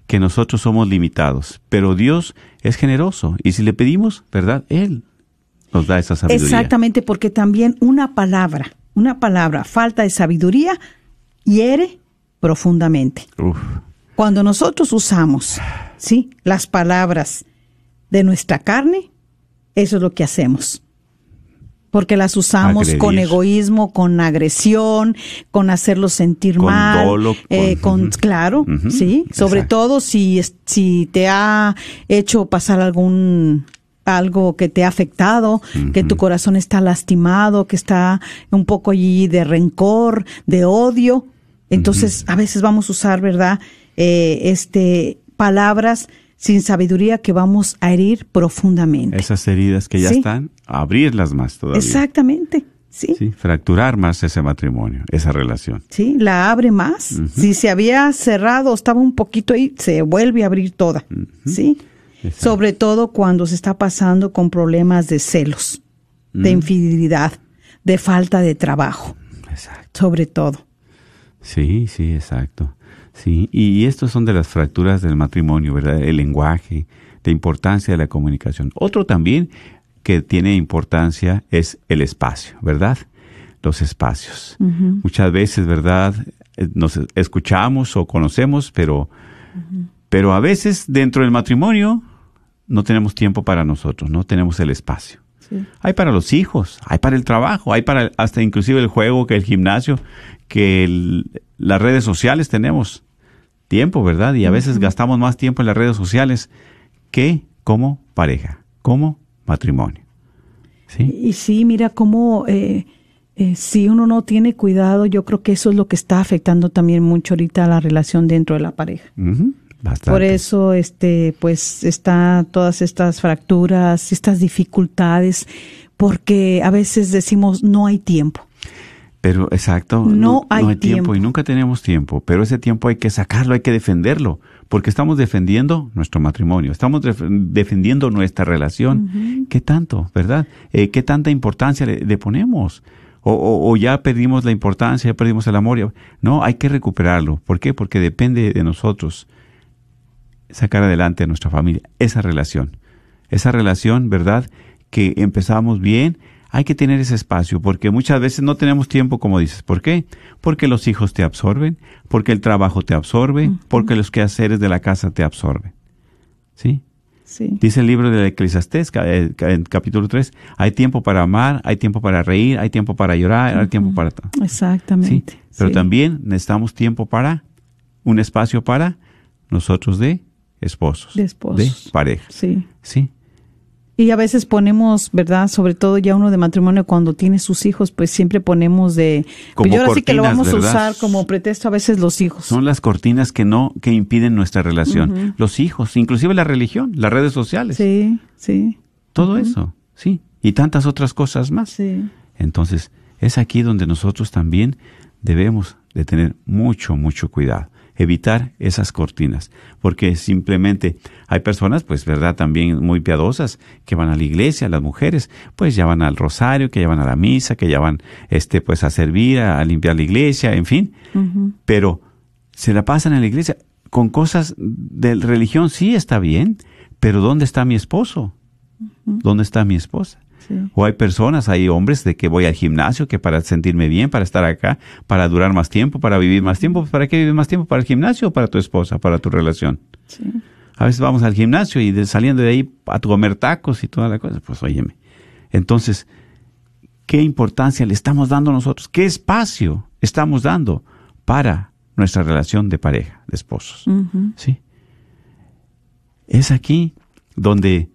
que nosotros somos limitados, pero Dios es generoso y si le pedimos, ¿verdad? Él nos da esa sabiduría. Exactamente, porque también una palabra, una palabra, falta de sabiduría, hiere profundamente. Uf. Cuando nosotros usamos, ¿sí?, las palabras de nuestra carne, eso es lo que hacemos. Porque las usamos Agredir. Con egoísmo, con agresión, con hacerlos sentir Con mal. dolo, eh, con- con, claro, Ujú, sí. Sobre exacto. todo si, es- si te ha hecho pasar algún algo que te ha afectado, que tu corazón está lastimado, que está un poco allí de rencor, de odio. Entonces, a veces vamos a usar, ¿verdad?, eh, este palabras sin sabiduría que vamos a herir profundamente. Esas heridas que ya Sí. están, abrirlas más todavía. Exactamente, sí. Sí, fracturar más ese matrimonio, esa relación. Sí, la abre más. Ujú. Si se había cerrado, estaba un poquito ahí, se vuelve a abrir toda. Sí. Exacto. Sobre todo cuando se está pasando con problemas de celos, de Mm. infidelidad, de falta de trabajo, Exacto. sobre todo. Sí, sí, exacto. Sí, y estos son de las fracturas del matrimonio, ¿verdad? El lenguaje, la importancia de la comunicación. Otro también que tiene importancia es el espacio, ¿verdad? Los espacios. Ujú. Muchas veces, ¿verdad? Eh, Nos escuchamos o conocemos, pero, pero a veces dentro del matrimonio no tenemos tiempo para nosotros, no tenemos el espacio. Sí. Hay para los hijos, hay para el trabajo, hay para hasta inclusive el juego, que el gimnasio, que el- las redes sociales tenemos tiempo, ¿verdad? Y a veces gastamos más tiempo en las redes sociales que como pareja, como matrimonio. ¿Sí? Y sí, mira cómo eh, eh, si uno no tiene cuidado, yo creo que eso es lo que está afectando también mucho ahorita la relación dentro de la pareja. Ujú, bastante. Por eso, este, pues, está todas estas fracturas, estas dificultades, porque a veces decimos no hay tiempo. Pero exacto, No hay tiempo. y nunca tenemos tiempo, pero ese tiempo hay que sacarlo, hay que defenderlo, porque estamos defendiendo nuestro matrimonio, estamos def- defendiendo nuestra relación. ¿Qué tanto, verdad? Eh, ¿Qué tanta importancia le, le ponemos? O, o- o ya perdimos la importancia, ya perdimos el amor. ya- No, hay que recuperarlo. ¿Por qué? Porque depende de nosotros sacar adelante a nuestra familia, esa relación. Esa relación, ¿verdad? Que empezamos bien, hay que tener ese espacio, porque muchas veces no tenemos tiempo, como dices. ¿Por qué? Porque los hijos te absorben, porque el trabajo te absorbe, porque los quehaceres de la casa te absorben. ¿Sí? Sí. Dice el libro de Eclesiastés, ca- eh, ca- en capítulo tres, hay tiempo para amar, hay tiempo para reír, hay tiempo para llorar, hay tiempo para... todo. Sí, Exactamente. pero sí. también necesitamos tiempo para, un espacio para nosotros de esposos, De esposos. de pareja. Sí. ¿Sí? Y a veces ponemos, ¿verdad? Sobre todo ya uno de matrimonio cuando tiene sus hijos, pues siempre ponemos de... Como pues yo ahora sí que lo cortinas, vamos a ¿verdad? usar como pretexto a veces los hijos. Son las cortinas que no, que impiden nuestra relación. Ujú. Los hijos, inclusive la religión, las redes sociales, Sí, sí, todo eso, sí, y tantas otras cosas más. sí. Entonces, es aquí donde nosotros también debemos de tener mucho, mucho cuidado. Evitar esas cortinas, porque simplemente hay personas, pues, verdad, también muy piadosas, que van a la iglesia, las mujeres, pues ya van al rosario, que ya van a la misa, que ya van, este, pues, a servir, a, a limpiar la iglesia, en fin, Ujú. pero se la pasan en la iglesia con cosas de religión, sí está bien, pero ¿dónde está mi esposo? ¿Dónde está mi esposa? Sí. O hay personas, hay hombres de que voy al gimnasio, que para sentirme bien, para estar acá, para durar más tiempo, para vivir más tiempo. ¿Para qué vivir más tiempo? ¿Para el gimnasio o para tu esposa, para tu relación? Sí. A veces vamos al gimnasio y de- saliendo de ahí a comer tacos y toda la cosa. Pues óyeme. Entonces, ¿qué importancia le estamos dando nosotros? ¿Qué espacio estamos dando para nuestra relación de pareja, de esposos? Ujú. ¿Sí? Es aquí donde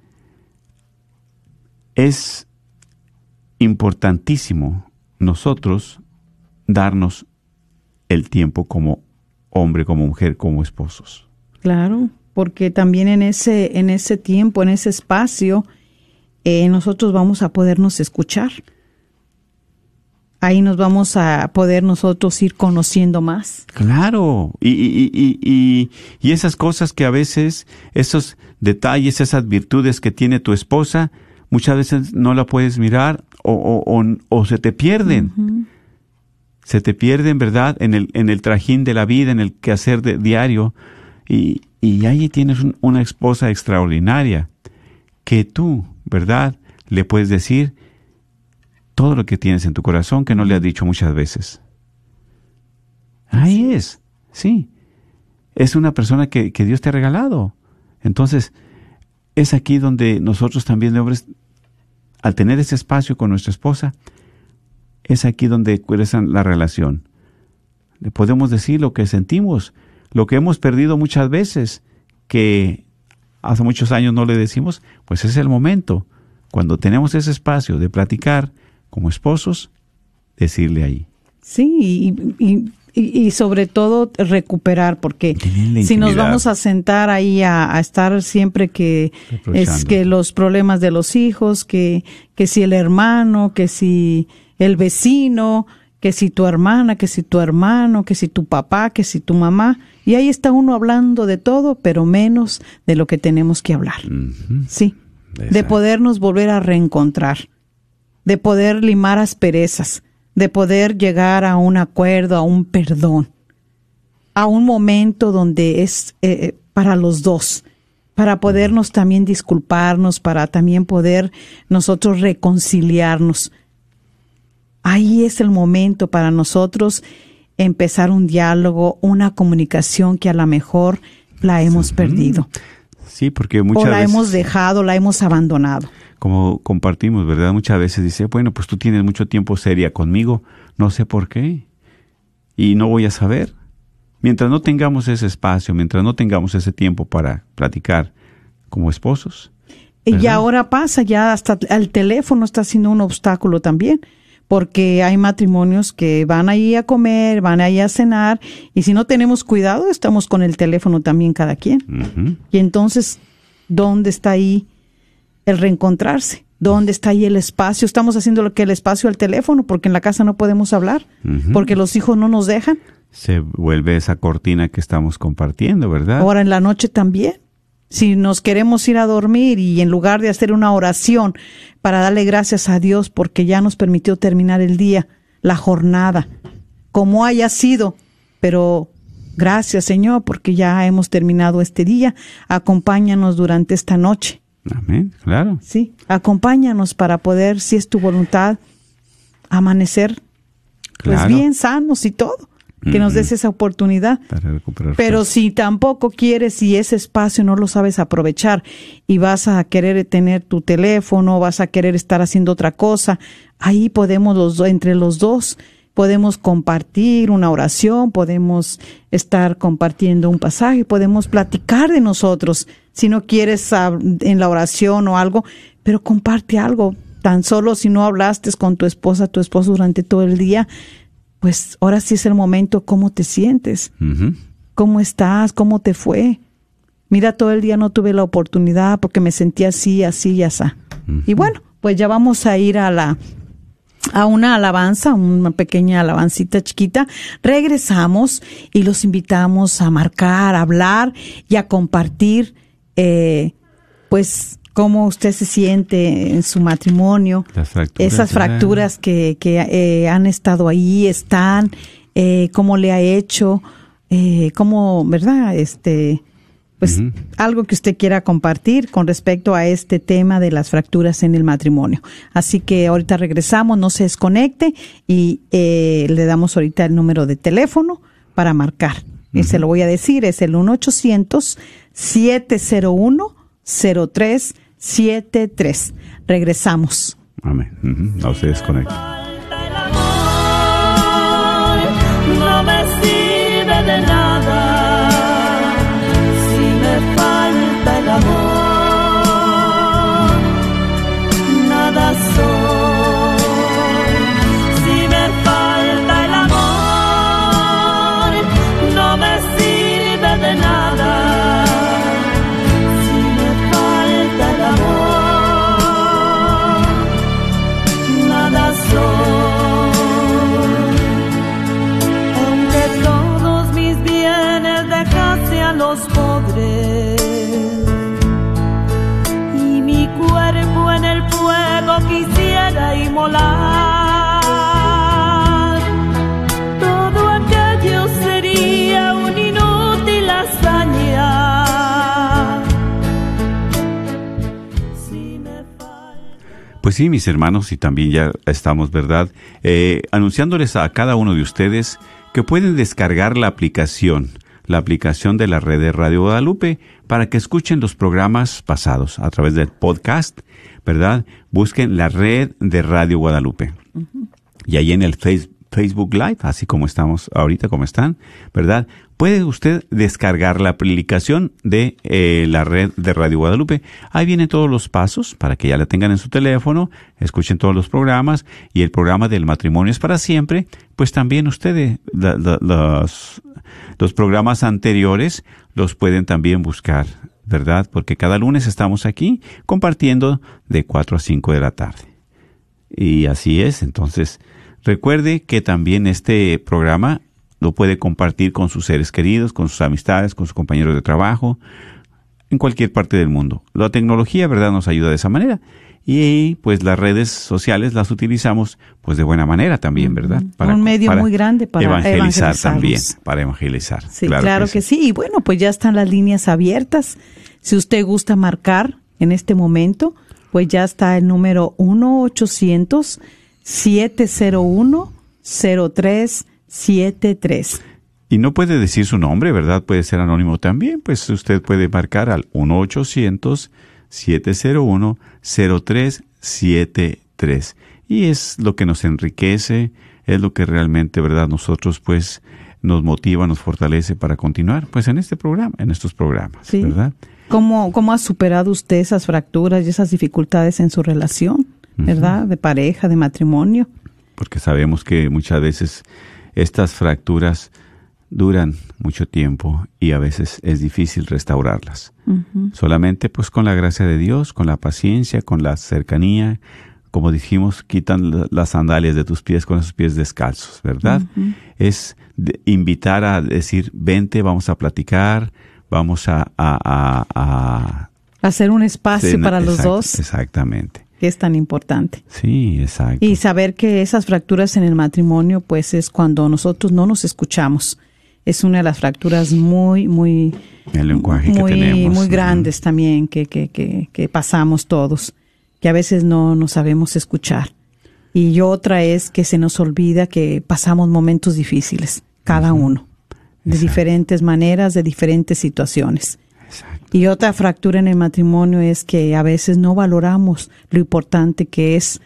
es importantísimo nosotros darnos el tiempo como hombre, como mujer, como esposos. Claro, porque también en ese, en ese tiempo, en ese espacio, eh, nosotros vamos a podernos escuchar. Ahí nos vamos a poder nosotros ir conociendo más. Claro, y, y, y, y, y esas cosas que a veces, esos detalles, esas virtudes que tiene tu esposa, muchas veces no la puedes mirar o, o, o, o se te pierden. Ujú. Se te pierden, ¿verdad? En el, en el trajín de la vida, en el quehacer de, diario. Y, y ahí tienes un, una esposa extraordinaria que tú, ¿verdad?, le puedes decir todo lo que tienes en tu corazón que no le has dicho muchas veces. Ahí es, sí. Es una persona que, que Dios te ha regalado. Entonces, es aquí donde nosotros también, de hombres, al tener ese espacio con nuestra esposa, es aquí donde crece la relación. Le podemos decir lo que sentimos, lo que hemos perdido muchas veces, que hace muchos años no le decimos, pues es el momento, cuando tenemos ese espacio de platicar como esposos, decirle ahí. Sí, y, y, y sobre todo recuperar, porque si nos vamos a sentar ahí a, a estar siempre que es que los problemas de los hijos, que, que si el hermano, que si el vecino, que si tu hermana, que si tu hermano, que si tu papá, que si tu mamá, y ahí está uno hablando de todo, pero menos de lo que tenemos que hablar. Uh-huh. Sí, Exacto. De podernos volver a reencontrar, de poder limar asperezas, de poder llegar a un acuerdo, a un perdón, a un momento donde es eh, para los dos, para podernos también disculparnos, para también poder nosotros reconciliarnos. Ahí es el momento para nosotros empezar un diálogo, una comunicación que a lo mejor la hemos sí. perdido. Sí, porque muchas veces... O la veces, hemos dejado, la hemos abandonado. Como compartimos, ¿verdad? Muchas veces dice, bueno, pues tú tienes mucho tiempo seria conmigo, no sé por qué, y no voy a saber. Mientras no tengamos ese espacio, mientras no tengamos ese tiempo para platicar como esposos. ¿verdad? Y ahora pasa, ya hasta el teléfono está siendo un obstáculo también. Porque hay matrimonios que van ahí a comer, van ahí a cenar, y si no tenemos cuidado, estamos con el teléfono también cada quien. Uh-huh. Y entonces, ¿dónde está ahí el reencontrarse? ¿Dónde está ahí el espacio? Estamos haciendo lo que el espacio al teléfono, porque en la casa no podemos hablar, uh-huh. porque los hijos no nos dejan. Se vuelve esa cortina que estamos compartiendo, ¿verdad? Ahora en la noche también. Si nos queremos ir a dormir y en lugar de hacer una oración para darle gracias a Dios porque ya nos permitió terminar el día, la jornada, como haya sido, pero gracias Señor porque ya hemos terminado este día, acompáñanos durante esta noche. Amén, claro. Sí, acompáñanos para poder, si es tu voluntad, amanecer claro. pues bien sanos y todo. Que nos des esa oportunidad. Para recuperar Pero fuerza. Si tampoco quieres y ese espacio no lo sabes aprovechar y vas a querer tener tu teléfono, vas a querer estar haciendo otra cosa, ahí podemos los entre los dos podemos compartir una oración, podemos estar compartiendo un pasaje, podemos platicar de nosotros. Si no quieres en la oración o algo, pero comparte algo. Tan solo si no hablaste con tu esposa, tu esposo durante todo el día, pues ahora sí es el momento, ¿cómo te sientes? Uh-huh. ¿Cómo estás? ¿Cómo te fue? Mira, todo el día no tuve la oportunidad porque me sentí así, así y así. Uh-huh. Y bueno, pues ya vamos a ir a la a una alabanza, una pequeña alabancita chiquita. Regresamos y los invitamos a marcar, a hablar y a compartir, eh, pues, cómo usted se siente en su matrimonio, Las fracturas, esas fracturas que, que eh, han estado ahí, están, eh, cómo le ha hecho, eh, cómo, ¿verdad? Este, pues uh-huh. algo que usted quiera compartir con respecto a este tema de las fracturas en el matrimonio. Así que ahorita regresamos, no se desconecte y eh, le damos ahorita el número de teléfono para marcar. Uh-huh. Y se lo voy a decir, es el uno ochocientos, siete cero uno, cero tres siete tres. Regresamos. Amén. Uh-huh. No se desconecte. No me sirve de nada si me falta el amor. Nada soy si me falta el amor. No me sirve de nada. So Pues sí, mis hermanos, y también ya estamos, ¿verdad? Eh, anunciándoles a cada uno de ustedes que pueden descargar la aplicación, la aplicación de la red de Radio Guadalupe, para que escuchen los programas pasados a través del podcast, ¿verdad? Busquen la red de Radio Guadalupe. Uh-huh. Y ahí en el face, Facebook Live, así como estamos ahorita, como están, ¿verdad? Puede usted descargar la aplicación de eh, la red de Radio Guadalupe. Ahí vienen todos los pasos para que ya la tengan en su teléfono, escuchen todos los programas, y el programa del matrimonio es para siempre. Pues también ustedes, la, la, los, los programas anteriores los pueden también buscar, ¿verdad? Porque cada lunes estamos aquí compartiendo de cuatro a cinco de la tarde. Y así es, entonces recuerde que también este programa lo puede compartir con sus seres queridos, con sus amistades, con sus compañeros de trabajo, en cualquier parte del mundo. La tecnología, ¿verdad?, nos ayuda de esa manera. Y pues las redes sociales las utilizamos pues de buena manera también, ¿verdad? Para, un medio para muy grande para evangelizar también, para evangelizar. Sí, claro, claro que, que sí. sí. Y bueno, pues ya están las líneas abiertas. Si usted gusta marcar en este momento, pues ya está el número uno ochocientos siete cero uno cero tres siete tres. Y no puede decir su nombre, ¿verdad? Puede ser anónimo también. Pues usted puede marcar al uno ochocientos siete cero uno cero tres siete tres. Y es lo que nos enriquece, es lo que realmente, ¿verdad?, nosotros pues nos motiva, nos fortalece para continuar pues en este programa, en estos programas, sí. ¿Verdad? ¿Cómo, ¿Cómo ha superado usted esas fracturas y esas dificultades en su relación, ¿verdad? Uh-huh. De pareja, de matrimonio. Porque sabemos que muchas veces estas fracturas duran mucho tiempo y a veces es difícil restaurarlas. Uh-huh. Solamente pues con la gracia de Dios, con la paciencia, con la cercanía, como dijimos, quitan las sandalias de tus pies con esos pies descalzos, ¿verdad? Uh-huh. Es de invitar a decir, vente, vamos a platicar, vamos a... a, a, a hacer un espacio cena, para los exact, dos. Exactamente. Que es tan importante. Sí, exacto. Y saber que esas fracturas en el matrimonio, pues es cuando nosotros no nos escuchamos. Es una de las fracturas muy, muy... El lenguaje muy, que tenemos. Muy grandes uh-huh. también que, que, que, que pasamos todos, que a veces no nos sabemos escuchar. Y otra es que se nos olvida que pasamos momentos difíciles, cada uh-huh. uno, de exacto. diferentes maneras, de diferentes situaciones. Exacto. Y otra fractura en el matrimonio es que a veces no valoramos lo importante que es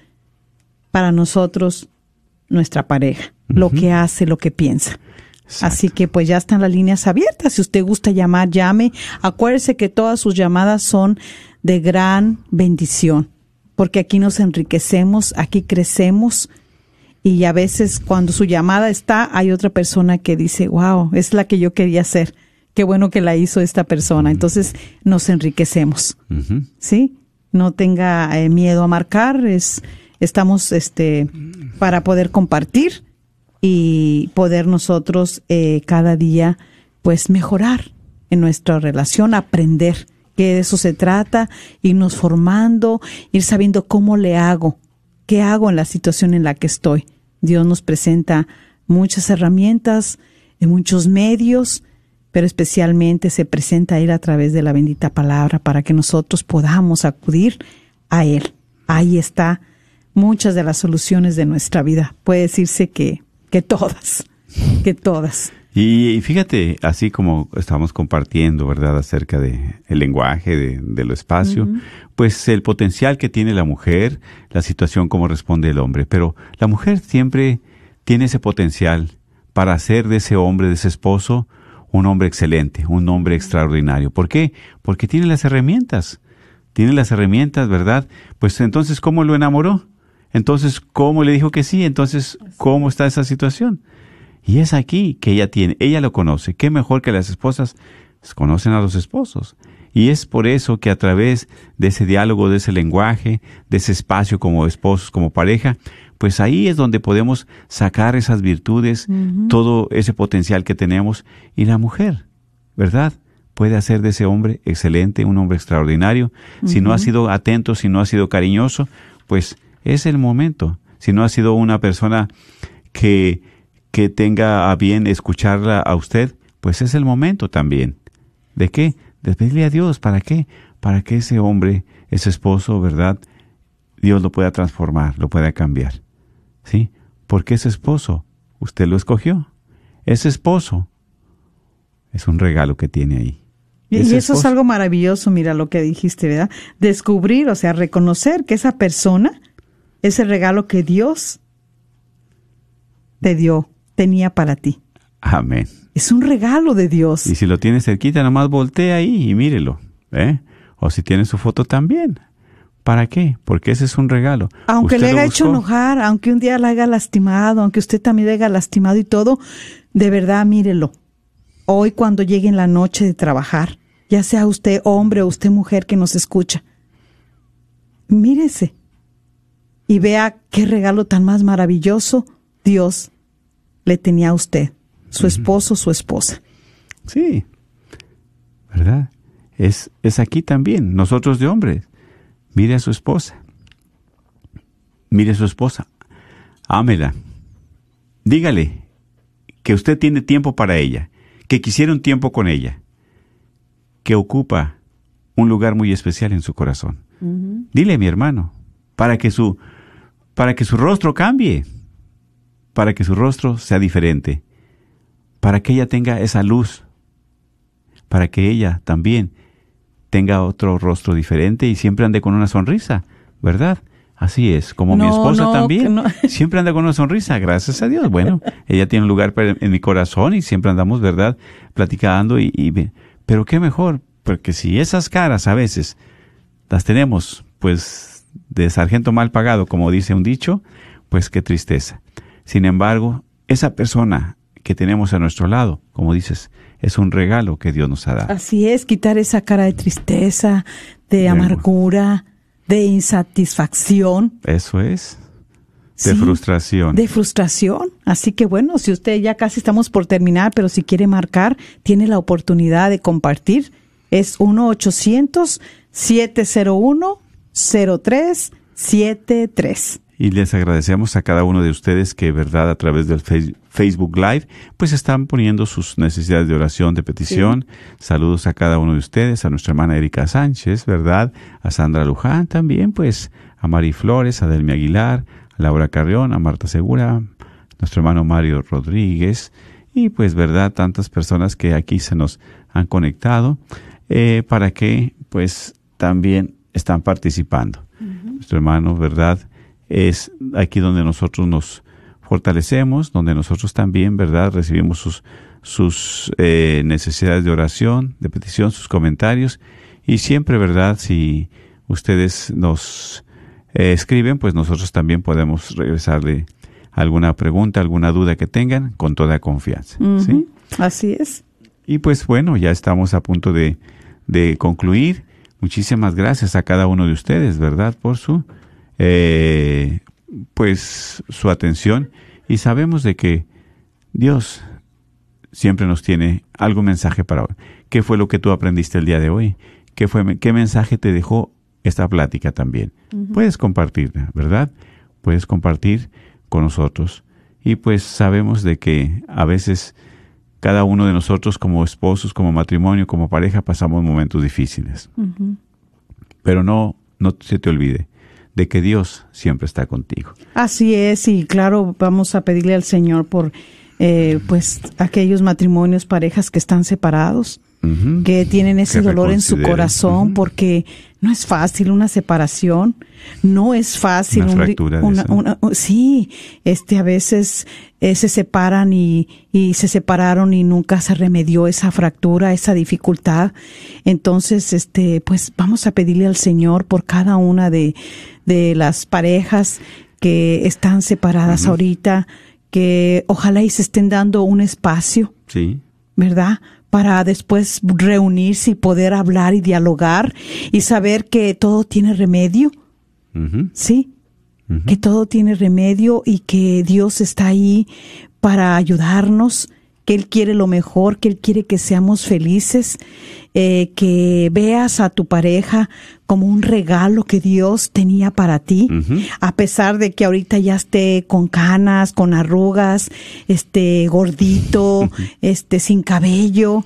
para nosotros nuestra pareja, uh-huh. lo que hace, lo que piensa. Exacto. Así que pues ya están las líneas abiertas. Si usted gusta llamar, llame. Acuérdese que todas sus llamadas son de gran bendición, porque aquí nos enriquecemos, aquí crecemos. Y a veces cuando su llamada está, hay otra persona que dice, wow, es la que yo quería hacer. Qué bueno que la hizo esta persona. Entonces nos enriquecemos. Uh-huh. ¿Sí? No tenga eh, miedo a marcar. Es, estamos este, para poder compartir y poder nosotros eh, cada día pues mejorar en nuestra relación, aprender que de eso se trata, irnos formando, ir sabiendo cómo le hago, qué hago en la situación en la que estoy. Dios nos presenta muchas herramientas, en muchos medios, pero especialmente se presenta a Él a través de la bendita palabra para que nosotros podamos acudir a Él. Ahí está muchas de las soluciones de nuestra vida. Puede decirse que, que todas, que todas. Y fíjate, así como estamos compartiendo, ¿verdad?, acerca de el lenguaje, de, de lo espacio, uh-huh. pues el potencial que tiene la mujer, la situación como responde el hombre. Pero la mujer siempre tiene ese potencial para hacer de ese hombre, de ese esposo, un hombre excelente, un hombre extraordinario. ¿Por qué? Porque tiene las herramientas. Tiene las herramientas, ¿verdad? Pues entonces, ¿cómo lo enamoró? Entonces, ¿cómo le dijo que sí? Entonces, ¿cómo está esa situación? Y es aquí que ella tiene, ella lo conoce. ¿Qué mejor que las esposas conocen a los esposos? Y es por eso que a través de ese diálogo, de ese lenguaje, de ese espacio como esposos, como pareja, pues ahí es donde podemos sacar esas virtudes, uh-huh. todo ese potencial que tenemos. Y la mujer, ¿verdad?, puede hacer de ese hombre excelente, un hombre extraordinario. Uh-huh. Si no ha sido atento, si no ha sido cariñoso, pues es el momento. Si no ha sido una persona que, que tenga a bien escucharla a usted, pues es el momento también. ¿De qué? De pedirle a Dios. ¿Para qué? Para que ese hombre, ese esposo, ¿verdad?, Dios lo pueda transformar, lo pueda cambiar. ¿Sí? Porque ese esposo, usted lo escogió. Ese esposo es un regalo que tiene ahí. Y eso esposo, es algo maravilloso, mira lo que dijiste, ¿verdad? Descubrir, o sea, reconocer que esa persona es el regalo que Dios te dio, tenía para ti. Amén. Es un regalo de Dios. Y si lo tiene cerquita, nomás voltea ahí y mírelo, ¿eh? O si tiene su foto también. ¿Para qué? Porque ese es un regalo. Aunque le haya hecho enojar, aunque un día la haya lastimado, aunque usted también le haya lastimado y todo, de verdad, mírelo. Hoy cuando llegue en la noche de trabajar, ya sea usted hombre o usted mujer que nos escucha, mírese y vea qué regalo tan más maravilloso Dios le tenía a usted, su esposo, su esposa. Sí, ¿verdad? Es, es aquí también, nosotros de hombres. Mire a su esposa. Mire a su esposa. Ámela. Dígale que usted tiene tiempo para ella, que quisiera un tiempo con ella, que ocupa un lugar muy especial en su corazón. Uh-huh. Dile, mi hermano, para que su, para que su rostro cambie, para que su rostro sea diferente, para que ella tenga esa luz, para que ella también tenga otro rostro diferente y siempre ande con una sonrisa, ¿verdad? Así es, como no, mi esposa no, también, no. Siempre anda con una sonrisa, gracias a Dios. Bueno, ella tiene un lugar en mi corazón y siempre andamos, ¿verdad?, platicando. Y, y pero qué mejor, porque si esas caras a veces las tenemos, pues, de sargento mal pagado, como dice un dicho, pues qué tristeza. Sin embargo, esa persona que tenemos a nuestro lado, como dices, es un regalo que Dios nos ha dado. Así es, quitar esa cara de tristeza, de amargura, de insatisfacción. Eso es, de sí, frustración. De frustración. Así que bueno, si usted ya casi estamos por terminar, pero si quiere marcar, tiene la oportunidad de compartir. Es uno ochocientos, siete cero uno, cero tres siete tres. Y les agradecemos a cada uno de ustedes que, verdad, a través del Facebook Live, pues están poniendo sus necesidades de oración, de petición. Sí. Saludos a cada uno de ustedes, a nuestra hermana Erika Sánchez, verdad, a Sandra Luján también, pues, a Mari Flores, a Delmi Aguilar, a Laura Carrión, a Marta Segura, a nuestro hermano Mario Rodríguez, y pues, verdad, tantas personas que aquí se nos han conectado, eh, para que, pues, también están participando. Uh-huh. Nuestro hermano, verdad, es aquí donde nosotros nos fortalecemos, donde nosotros también, ¿verdad?, recibimos sus, sus eh, necesidades de oración, de petición, sus comentarios. Y siempre, ¿verdad?, si ustedes nos eh, escriben, pues nosotros también podemos regresarle alguna pregunta, alguna duda que tengan con toda confianza. Uh-huh. ¿Sí? Así es. Y pues bueno, ya estamos a punto de, de concluir. Muchísimas gracias a cada uno de ustedes, ¿verdad?, por su... Eh, pues su atención, y sabemos de que Dios siempre nos tiene algún mensaje para hoy. ¿Qué fue lo que tú aprendiste el día de hoy? ¿Qué fue, qué mensaje te dejó esta plática también? Uh-huh. Puedes compartirla, ¿verdad? Puedes compartir con nosotros. Y pues sabemos de que a veces cada uno de nosotros como esposos, como matrimonio, como pareja, pasamos momentos difíciles. Uh-huh. Pero no, no se te olvide de que Dios siempre está contigo. Así es, y claro, vamos a pedirle al Señor por eh, pues aquellos matrimonios, parejas que están separados, uh-huh, que tienen ese que dolor en su corazón, uh-huh, porque no es fácil una separación, no es fácil. Una fractura un, una, una, una, sí, este, a veces eh, se separan y, y se separaron y nunca se remedió esa fractura, esa dificultad. Entonces, este, pues vamos a pedirle al Señor por cada una de, de las parejas que están separadas, uh-huh, ahorita, que ojalá y se estén dando un espacio, sí, ¿verdad?, para después reunirse y poder hablar y dialogar y saber que todo tiene remedio, uh-huh, sí, uh-huh, que todo tiene remedio y que Dios está ahí para ayudarnos, que Él quiere lo mejor, que Él quiere que seamos felices, eh, que veas a tu pareja como un regalo que Dios tenía para ti, uh-huh, a pesar de que ahorita ya esté con canas, con arrugas, este gordito, uh-huh, este sin cabello.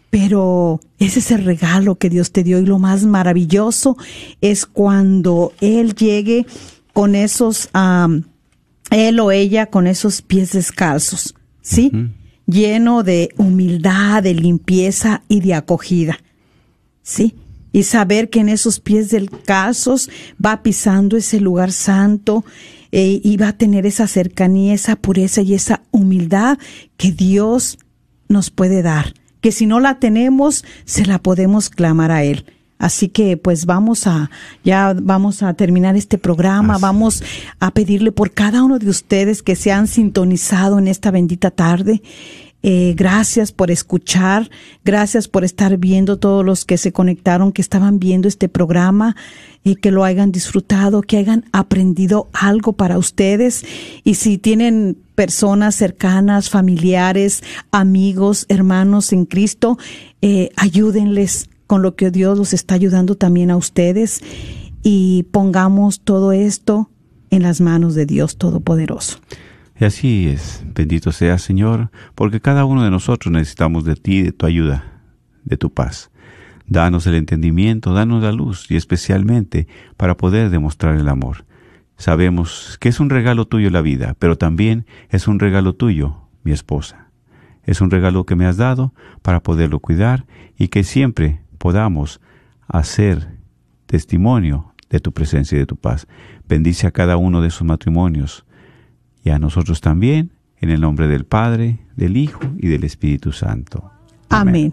pero ese es el regalo que Dios te dio, y lo más maravilloso es cuando Él llegue con esos, um, Él o ella con esos pies descalzos, ¿sí? Uh-huh. Lleno de humildad, de limpieza y de acogida, ¿sí? Y saber que en esos pies descalzos va pisando ese lugar santo, eh, y va a tener esa cercanía, esa pureza y esa humildad que Dios nos puede dar, que si no la tenemos, se la podemos clamar a Él. Así que pues vamos a, ya vamos a terminar este programa, Así. vamos a pedirle por cada uno de ustedes que se han sintonizado en esta bendita tarde. Eh, gracias por escuchar, gracias por estar viendo, todos los que se conectaron, que estaban viendo este programa, y eh, que lo hayan disfrutado, que hayan aprendido algo para ustedes. Y si tienen personas cercanas, familiares, amigos, hermanos en Cristo, eh, ayúdenles con lo que Dios los está ayudando también a ustedes, y pongamos todo esto en las manos de Dios Todopoderoso. Y así es, bendito sea, Señor, porque cada uno de nosotros necesitamos de ti, de tu ayuda, de tu paz. Danos el entendimiento, danos la luz, y especialmente para poder demostrar el amor. Sabemos que es un regalo tuyo la vida, pero también es un regalo tuyo, mi esposa. Es un regalo que me has dado para poderlo cuidar, y que siempre podamos hacer testimonio de tu presencia y de tu paz. Bendice a cada uno de sus matrimonios, y a nosotros también, en el nombre del Padre, del Hijo y del Espíritu Santo. Amén.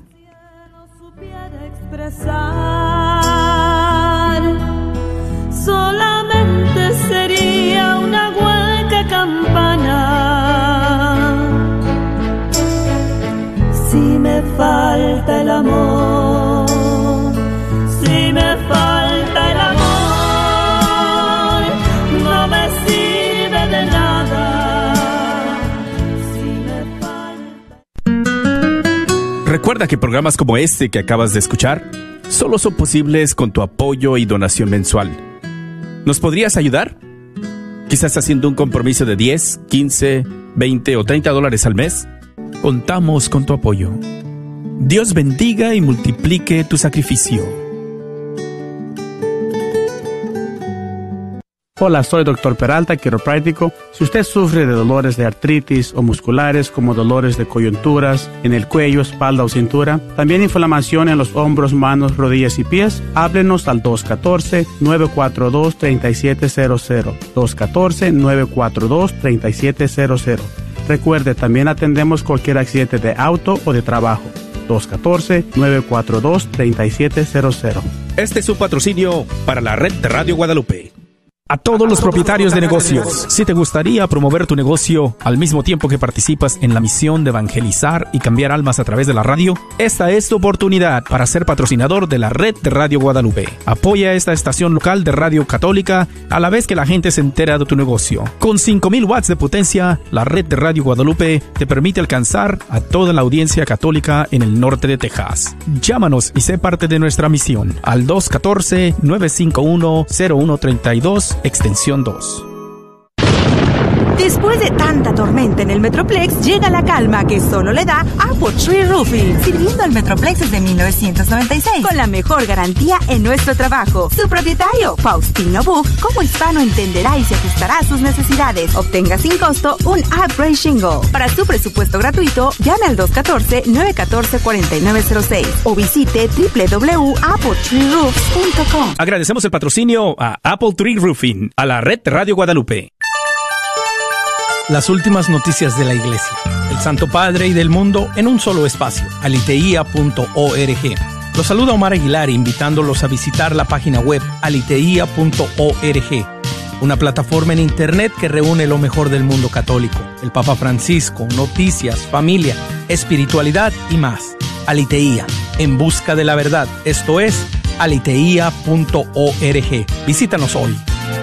Solamente sería una hueca campana. Si me falta el amor, si me falta el amor, no me sirve de nada. Si me falta... Recuerda que programas como este que acabas de escuchar solo son posibles con tu apoyo y donación mensual. ¿Nos podrías ayudar? Quizás haciendo un compromiso de diez, quince, veinte o treinta dólares al mes. Contamos con tu apoyo. Dios bendiga y multiplique tu sacrificio. Hola, soy doctor Peralta, quiropráctico. Si usted sufre de dolores de artritis o musculares como dolores de coyunturas en el cuello, espalda o cintura, también inflamación en los hombros, manos, rodillas y pies, háblenos al dos uno cuatro, nueve cuatro dos, tres siete cero cero. dos uno cuatro, nueve cuatro dos, tres siete cero cero. Recuerde, también atendemos cualquier accidente de auto o de trabajo. dos uno cuatro, nueve cuatro dos, tres siete cero cero. Este es su patrocinio para la red de Radio Guadalupe. A todos los propietarios de negocios, si te gustaría promover tu negocio al mismo tiempo que participas en la misión de evangelizar y cambiar almas a través de la radio, esta es tu oportunidad para ser patrocinador de la red de Radio Guadalupe. Apoya esta estación local de radio católica a la vez que la gente se entera de tu negocio. Con cinco mil watts de potencia, la red de Radio Guadalupe te permite alcanzar a toda la audiencia católica en el norte de Texas. Llámanos y sé parte de nuestra misión al dos uno cuatro, nueve cinco uno, cero uno tres dos, extensión dos. Después de tanta tormenta en el Metroplex, llega la calma que solo le da Apple Tree Roofing. Sirviendo al Metroplex desde mil novecientos noventa y seis, con la mejor garantía en nuestro trabajo. Su propietario, Faustino Buch, como hispano entenderá y se ajustará a sus necesidades. Obtenga sin costo un upgrade shingle. Para su presupuesto gratuito, llame al dos uno cuatro, nueve uno cuatro, cuatro nueve cero seis o visite doble u doble u doble u punto apple tree roofs punto com. Agradecemos el patrocinio a Apple Tree Roofing, a la red de Radio Guadalupe. Las últimas noticias de la Iglesia, el Santo Padre y del mundo en un solo espacio, aleteia punto org. Los saluda Omar Aguilar invitándolos a visitar la página web aleteia punto org, una plataforma en internet que reúne lo mejor del mundo católico, el Papa Francisco, noticias, familia, espiritualidad y más. Aleteia, en busca de la verdad, esto es aleteia punto org. Visítanos hoy.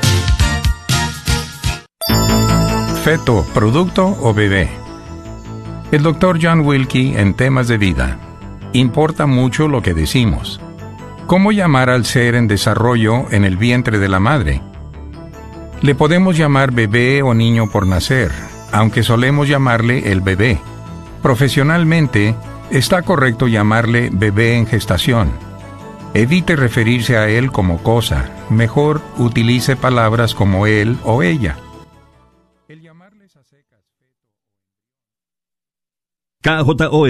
Feto, producto o bebé. El doctor John Wilkie en temas de vida. Importa mucho lo que decimos. ¿Cómo llamar al ser en desarrollo en el vientre de la madre? Le podemos llamar bebé o niño por nacer, aunque solemos llamarle el bebé. Profesionalmente, Está correcto llamarle bebé en gestación. Evite referirse a él como cosa. Mejor utilice palabras como él o ella. K J O R